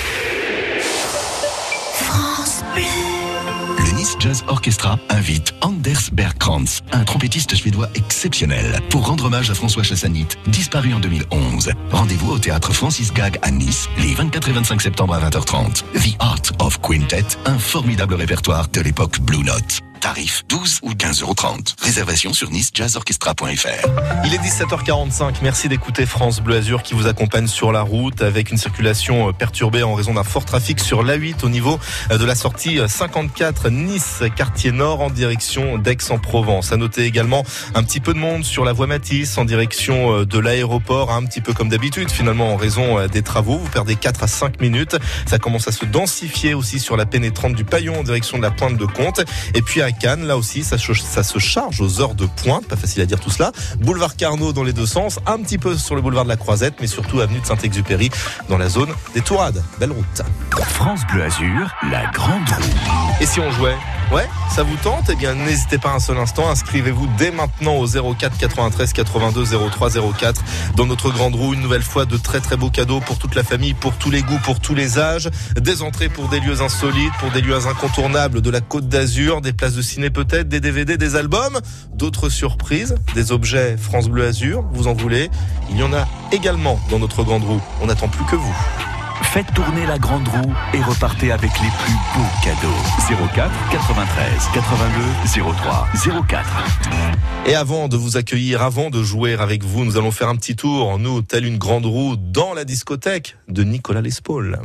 France Bleu. Le Nice Jazz Orchestra invite Anders Bergkrantz, un trompettiste suédois exceptionnel, pour rendre hommage à François Chassanit, disparu en deux mille onze. Rendez-vous au théâtre Francis Gag à Nice, les vingt-quatre et vingt-cinq septembre à vingt heures trente. The Art of Quintet, un formidable répertoire de l'époque Blue Note. Tarif douze ou quinze euros trente. Réservation sur nice jazz orchestra point f r. Il est dix-sept heures quarante-cinq. Merci d'écouter France Bleu Azur qui vous accompagne sur la route avec une circulation perturbée en raison d'un fort trafic sur l'A huit au niveau de la sortie cinquante-quatre Nice, quartier nord en direction d'Aix-en-Provence. À noter également un petit peu de monde sur la voie Matisse en direction de l'aéroport, un petit peu comme d'habitude finalement en raison des travaux. Vous perdez quatre à cinq minutes. Ça commence à se densifier aussi sur la pénétrante du Paillon en direction de la Pointe de Comte. Et puis à Cannes, là aussi ça, ça se charge aux heures de pointe, pas facile à dire tout cela. Boulevard Carnot dans les deux sens, un petit peu sur le boulevard de la Croisette, mais surtout avenue de Saint-Exupéry dans la zone des Tourades. Belle route. France Bleu Azur, la grande roue. Et si on jouait ? Ouais, ça vous tente ? Eh bien, n'hésitez pas un seul instant. Inscrivez-vous dès maintenant au zéro quatre quatre-vingt-treize quatre-vingt-deux zéro trois zéro quatre dans notre grande roue. Une nouvelle fois, de très très beaux cadeaux pour toute la famille, pour tous les goûts, pour tous les âges. Des entrées pour des lieux insolites, pour des lieux incontournables de la Côte d'Azur, des places de ciné peut-être, des D V D, des albums, d'autres surprises, des objets France Bleu Azur. Vous en voulez ? Il y en a également dans notre grande roue. On n'attend plus que vous. Faites tourner la grande roue et repartez avec les plus beaux cadeaux. zéro quatre quatre-vingt-treize quatre-vingt-deux zéro trois zéro quatre. Et avant de vous accueillir, avant de jouer avec vous, nous allons faire un petit tour, nous, telle une grande roue, dans la discothèque de Nicolas Lespaul.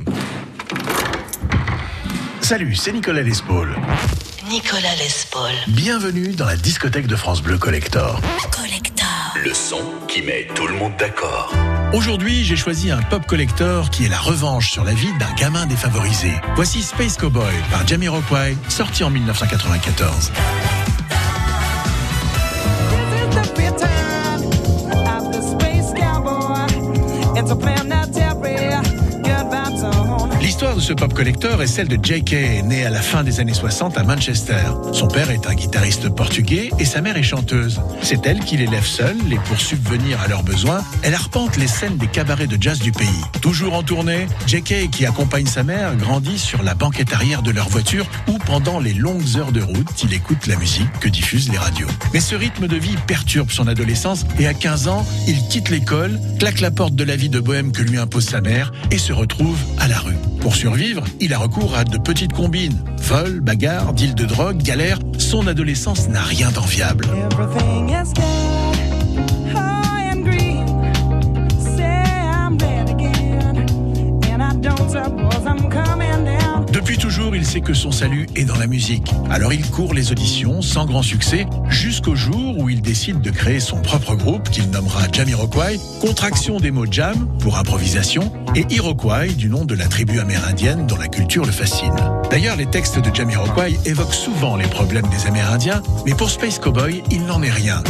Salut, c'est Nicolas Lespaul. Nicolas Lespaul. Bienvenue dans la discothèque de France Bleu Collector. Collector. Le son qui met tout le monde d'accord. Aujourd'hui, j'ai choisi un pop collector qui est la revanche sur la vie d'un gamin défavorisé. Voici Space Cowboy par Jamiroquai, sorti en dix-neuf cent quatre-vingt-quatorze. L'histoire de ce pop collector est celle de J K, né à la fin des années soixante à Manchester. Son père est un guitariste portugais et sa mère est chanteuse. C'est elle qui l'élève seule et pour subvenir à leurs besoins, elle arpente les scènes des cabarets de jazz du pays. Toujours en tournée, J K, qui accompagne sa mère, grandit sur la banquette arrière de leur voiture où pendant les longues heures de route, il écoute la musique que diffusent les radios. Mais ce rythme de vie perturbe son adolescence et à quinze ans, il quitte l'école, claque la porte de la vie de bohème que lui impose sa mère et se retrouve à la rue. Pour survivre, il a recours à de petites combines. Vols, bagarres, deals de drogue, galères. Son adolescence n'a rien d'enviable. Depuis toujours, il sait que son salut est dans la musique. Alors il court les auditions sans grand succès jusqu'au jour où il décide de créer son propre groupe qu'il nommera Jamiroquai, contraction des mots jam pour improvisation et Iroquois du nom de la tribu amérindienne dont la culture le fascine. D'ailleurs, les textes de Jamiroquai évoquent souvent les problèmes des Amérindiens, mais pour Space Cowboy, il n'en est rien.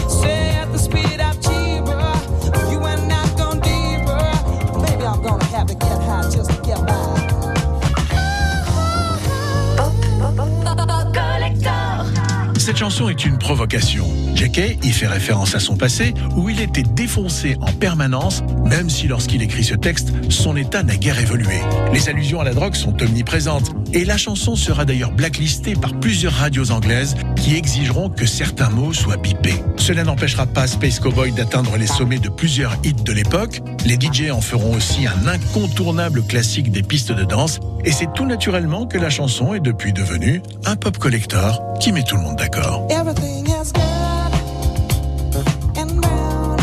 Cette chanson est une provocation. J K y fait référence à son passé où il était défoncé en permanence, même si lorsqu'il écrit ce texte, son état n'a guère évolué. Les allusions à la drogue sont omniprésentes et la chanson sera d'ailleurs blacklistée par plusieurs radios anglaises qui exigeront que certains mots soient bipés. Cela n'empêchera pas Space Cowboy d'atteindre les sommets de plusieurs hits de l'époque. Les D J en feront aussi un incontournable classique des pistes de danse et c'est tout naturellement que la chanson est depuis devenue un pop collector qui met tout le monde d'accord. Everything is good and brown.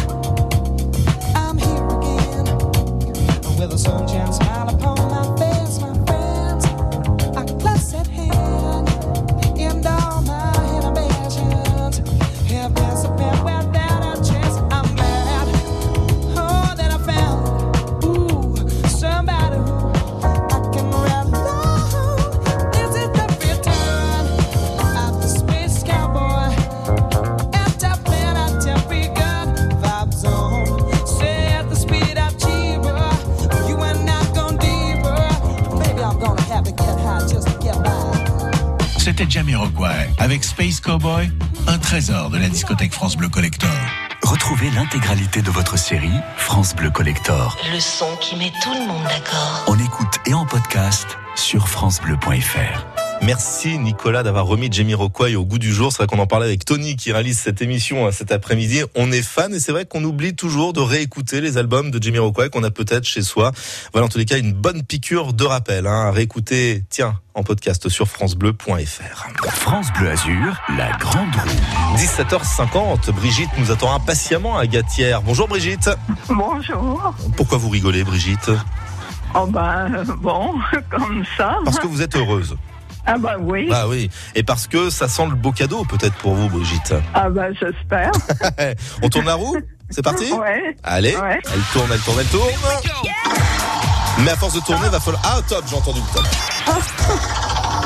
I'm here again with a sunshine smile upon my face, my friends. A classic hand and all my inhibitions have disappeared without a chance. I'm glad, oh, that I found ooh somebody who I can rely on. This is the return of the Space Cowboy. And top man, I tell me good vibes on. Say at the speed of cheaper, you are not gonna deeper. Maybe I'm gonna have to get high just to get by. C'était Jamiroquai avec Space Cowboy, un trésor de la discothèque France Bleu Collector. Retrouvez l'intégralité de votre série France Bleu Collector. Le son qui met tout le monde d'accord. En écoute et en podcast sur francebleu point fr. Merci Nicolas d'avoir remis Jamiroquai au goût du jour. C'est vrai qu'on en parlait avec Tony qui réalise cette émission cet après-midi. On est fan et c'est vrai qu'on oublie toujours de réécouter les albums de Jamiroquai qu'on a peut-être chez soi. Voilà, en tous les cas, une bonne piqûre de rappel, hein, à réécouter, tiens, en podcast sur francebleu point fr. France Bleu Azur, la grande roue. dix-sept heures cinquante, Brigitte nous attend impatiemment à Gatière. Bonjour Brigitte. Bonjour. Pourquoi vous rigolez Brigitte? Oh ben, bon, comme ça. Parce que vous êtes heureuse. Ah bah oui. Bah oui. Et parce que ça sent le beau cadeau peut-être pour vous, Brigitte. Ah bah j'espère. On tourne la roue? C'est parti? Ouais. Allez, ouais. Elle tourne, elle tourne, elle tourne. Mais à force de tourner, va falloir... Ah top, j'ai entendu le top.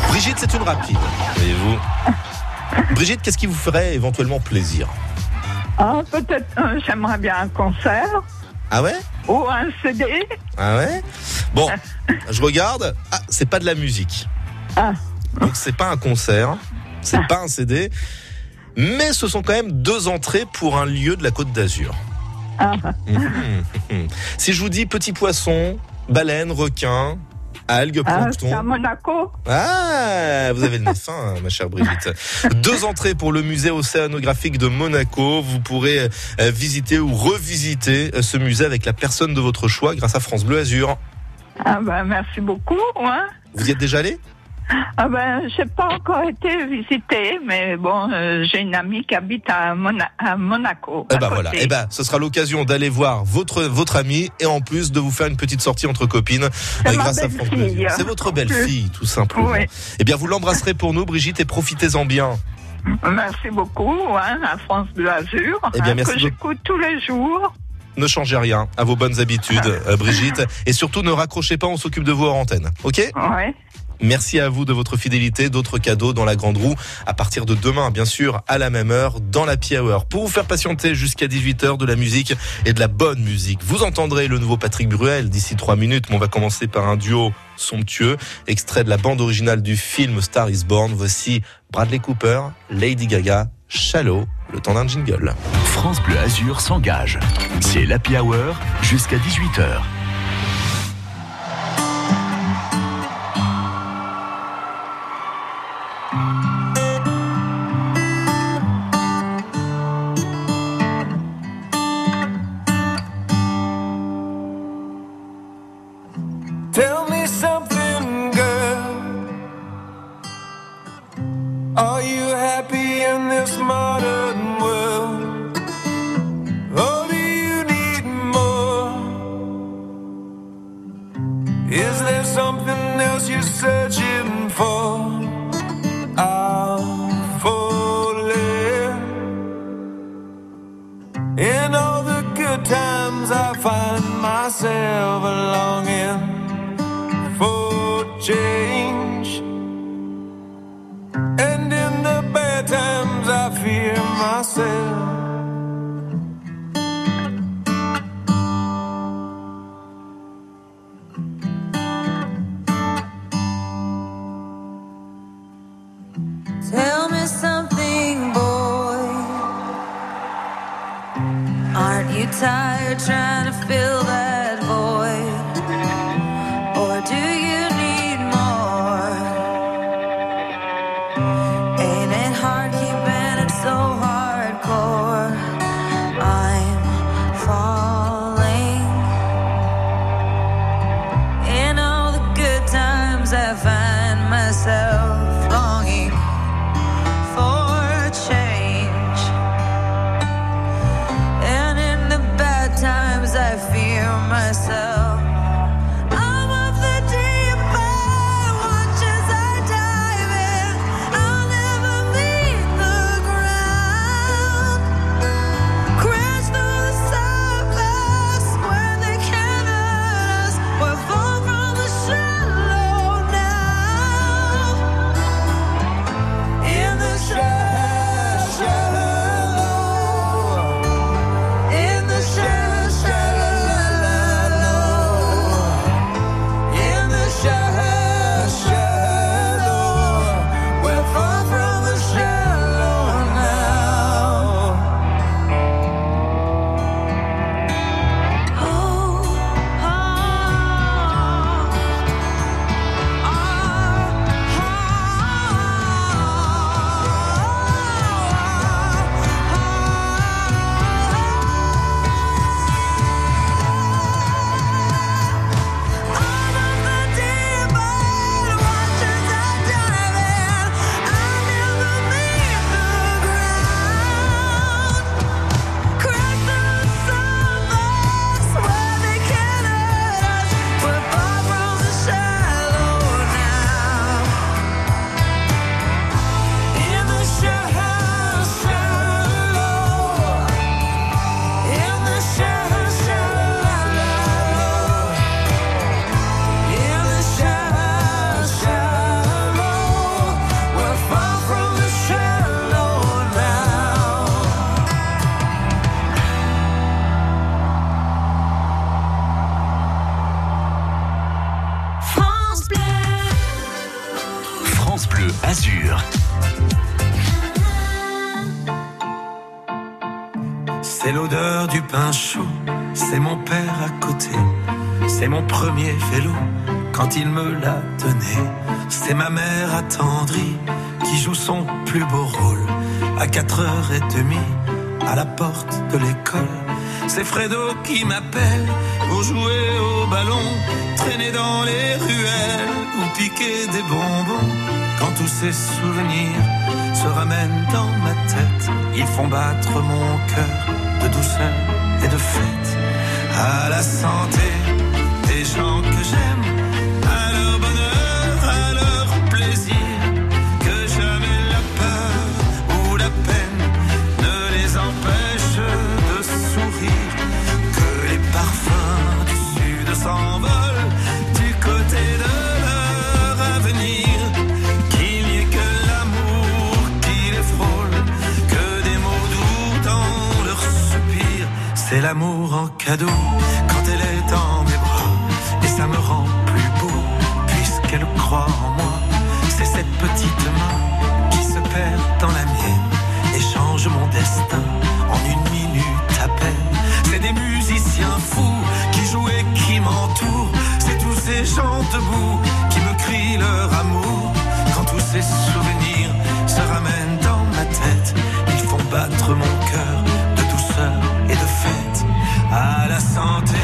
Brigitte, c'est une rapide, voyez-vous. Brigitte, qu'est-ce qui vous ferait éventuellement plaisir? Ah, peut-être, euh, j'aimerais bien un concert. Ah ouais? Ou un C D. Ah ouais? Bon, je regarde. Ah, c'est pas de la musique. Ah. Donc c'est pas un concert, c'est ah. pas un C D, mais ce sont quand même deux entrées pour un lieu de la Côte d'Azur. Ah. Mmh, mmh. Si je vous dis petit poisson, baleine, requin, algues, plancton. Ah, c'est à Monaco. Ah, vous avez le nez fin, ma chère Brigitte. Deux entrées pour le musée océanographique de Monaco. Vous pourrez visiter ou revisiter ce musée avec la personne de votre choix grâce à France Bleu Azur. Ah ben merci beaucoup. Hein. Vous y êtes déjà allé? Ah ben, j'ai pas encore été visiter, mais bon, euh, j'ai une amie qui habite à, Mona- à Monaco. Et ben voilà, et ben ce sera l'occasion d'aller voir votre votre amie et en plus de vous faire une petite sortie entre copines euh, grâce à France Bleu. C'est votre belle-fille, tout simplement. Oui. Eh bien, vous l'embrasserez pour nous, Brigitte, et profitez-en bien. Merci beaucoup, hein, à France Bleu Azur, eh bien, hein, merci que j'écoute tous les jours. Ne changez rien à vos bonnes habitudes, euh, Brigitte, et surtout ne raccrochez pas, on s'occupe de vous hors antenne, ok? Ouais. Merci à vous de votre fidélité. D'autres cadeaux dans la Grande Roue à partir de demain, bien sûr, à la même heure, dans l'Happy Hour. Pour vous faire patienter jusqu'à dix-huit heures, de la musique et de la bonne musique. Vous entendrez le nouveau Patrick Bruel d'ici trois minutes, mais on va commencer par un duo somptueux, extrait de la bande originale du film Star is Born. Voici Bradley Cooper, Lady Gaga, Shallow, le temps d'un jingle. France Bleu Azur s'engage. C'est l'Happy Hour jusqu'à dix-huit heures. Tell me something, girl. Are you happy in this modern world? Or do you need more? Is there something else you're searching for? I'm falling. In all the good times I find myself longing for change, and in the bad times I fear myself. Tell me something, boy. Aren't you tired trying to fill that void? Or do you need more? Ain't it hard keeping it so hardcore? I'm falling. In all the good times I find myself longing for change, and in the bad times I fear myself. Now Azur. C'est l'odeur du pain chaud, c'est mon père à côté, c'est mon premier vélo quand il me l'a donné. C'est ma mère attendrie qui joue son plus beau rôle à quatre heures trente à la porte de l'école. C'est Fredo qui m'appelle pour jouer au ballon, traîner dans les ruelles ou piquer des bonbons. Quand tous ces souvenirs se ramènent dans ma tête, ils font battre mon cœur de douceur et de fête. À la santé des gens que j'aime, à leur bonheur, à leur plaisir, que jamais la peur ou la peine ne les empêche de sourire, que les parfums du sud s'envolent du côté de leur avenir, qu'il n'y ait que l'amour qui les frôle, que des mots doux dans leurs soupirs. C'est l'amour en cadeau quand elle est dans mes bras, et ça me rend plus beau puisqu'elle croit en moi. C'est cette petite main qui se perd dans la mienne et change mon destin en une minute à peine. C'est des musiciens fous qui jouent et qui m'entourent, c'est tous ces gens debout qui me crient leur amour. Quand tous ces souvenirs se ramènent dans ma tête, ils font battre mon cœur de douceur et de fête. À la santé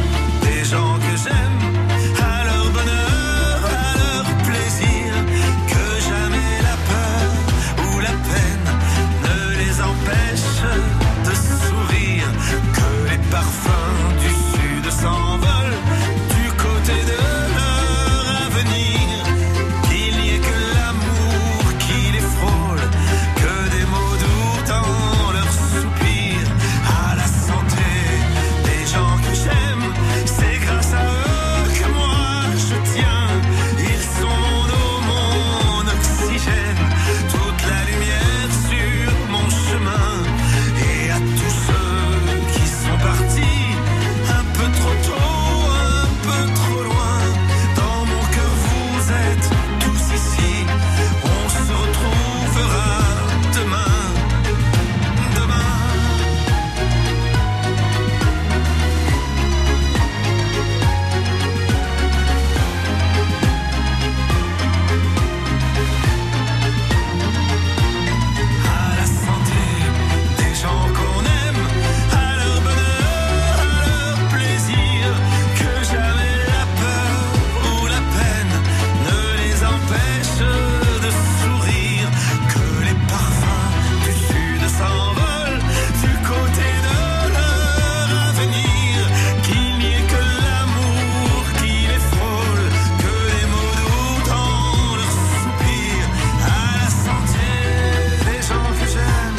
des gens que j'aime, à leur bonheur, à leur plaisir, que jamais la peur ou la peine ne les empêche de sourire, que les parfums du sud s'envolent du côté de leur avenir, qu'il n'y ait que l'amour qui les frôle, que des mots doux dans leurs soupirs. À la santé des gens que j'aime, c'est grâce à eux que moi je tiens. Ils sont mon eau, mon oxygène, toute la lumière sur mon chemin. Et à tous ceux qui sont partis un peu trop tôt, un peu trop loin, dans mon cœur vous êtes tous ici. On se retrouvera demain, demain. À la santé des gens qu'on aime, à leur bonheur, à leur plaisir, que jamais la peur ou la peine ne les empêche de sourire, que les parfums du sud s'envolent du côté de leur avenir, qu'il n'y ait que l'amour qui les frôle, que les mots doux dans leurs soupirs. À la santé des gens que j'aime.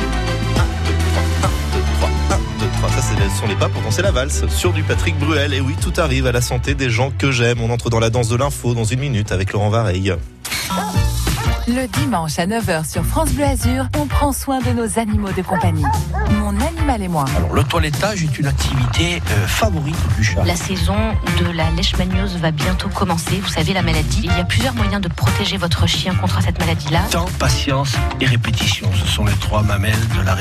un, deux, trois, ça c'est- ce sont les pas pour danser la valse sur du Patrick Bruel. Et oui, tout arrive à la santé des gens que j'aime. On entre dans la danse de l'info dans une minute avec Laurent Vareille. Le dimanche à neuf heures sur France Bleu Azur, on prend soin de nos animaux de compagnie. Mon animal et moi. Alors, le toilettage est une activité euh, favorite du chat. La saison de la leishmaniose va bientôt commencer. Vous savez, la maladie. Il y a plusieurs moyens de protéger votre chien contre cette maladie-là. Temps, patience et répétition, ce sont les trois mamelles de la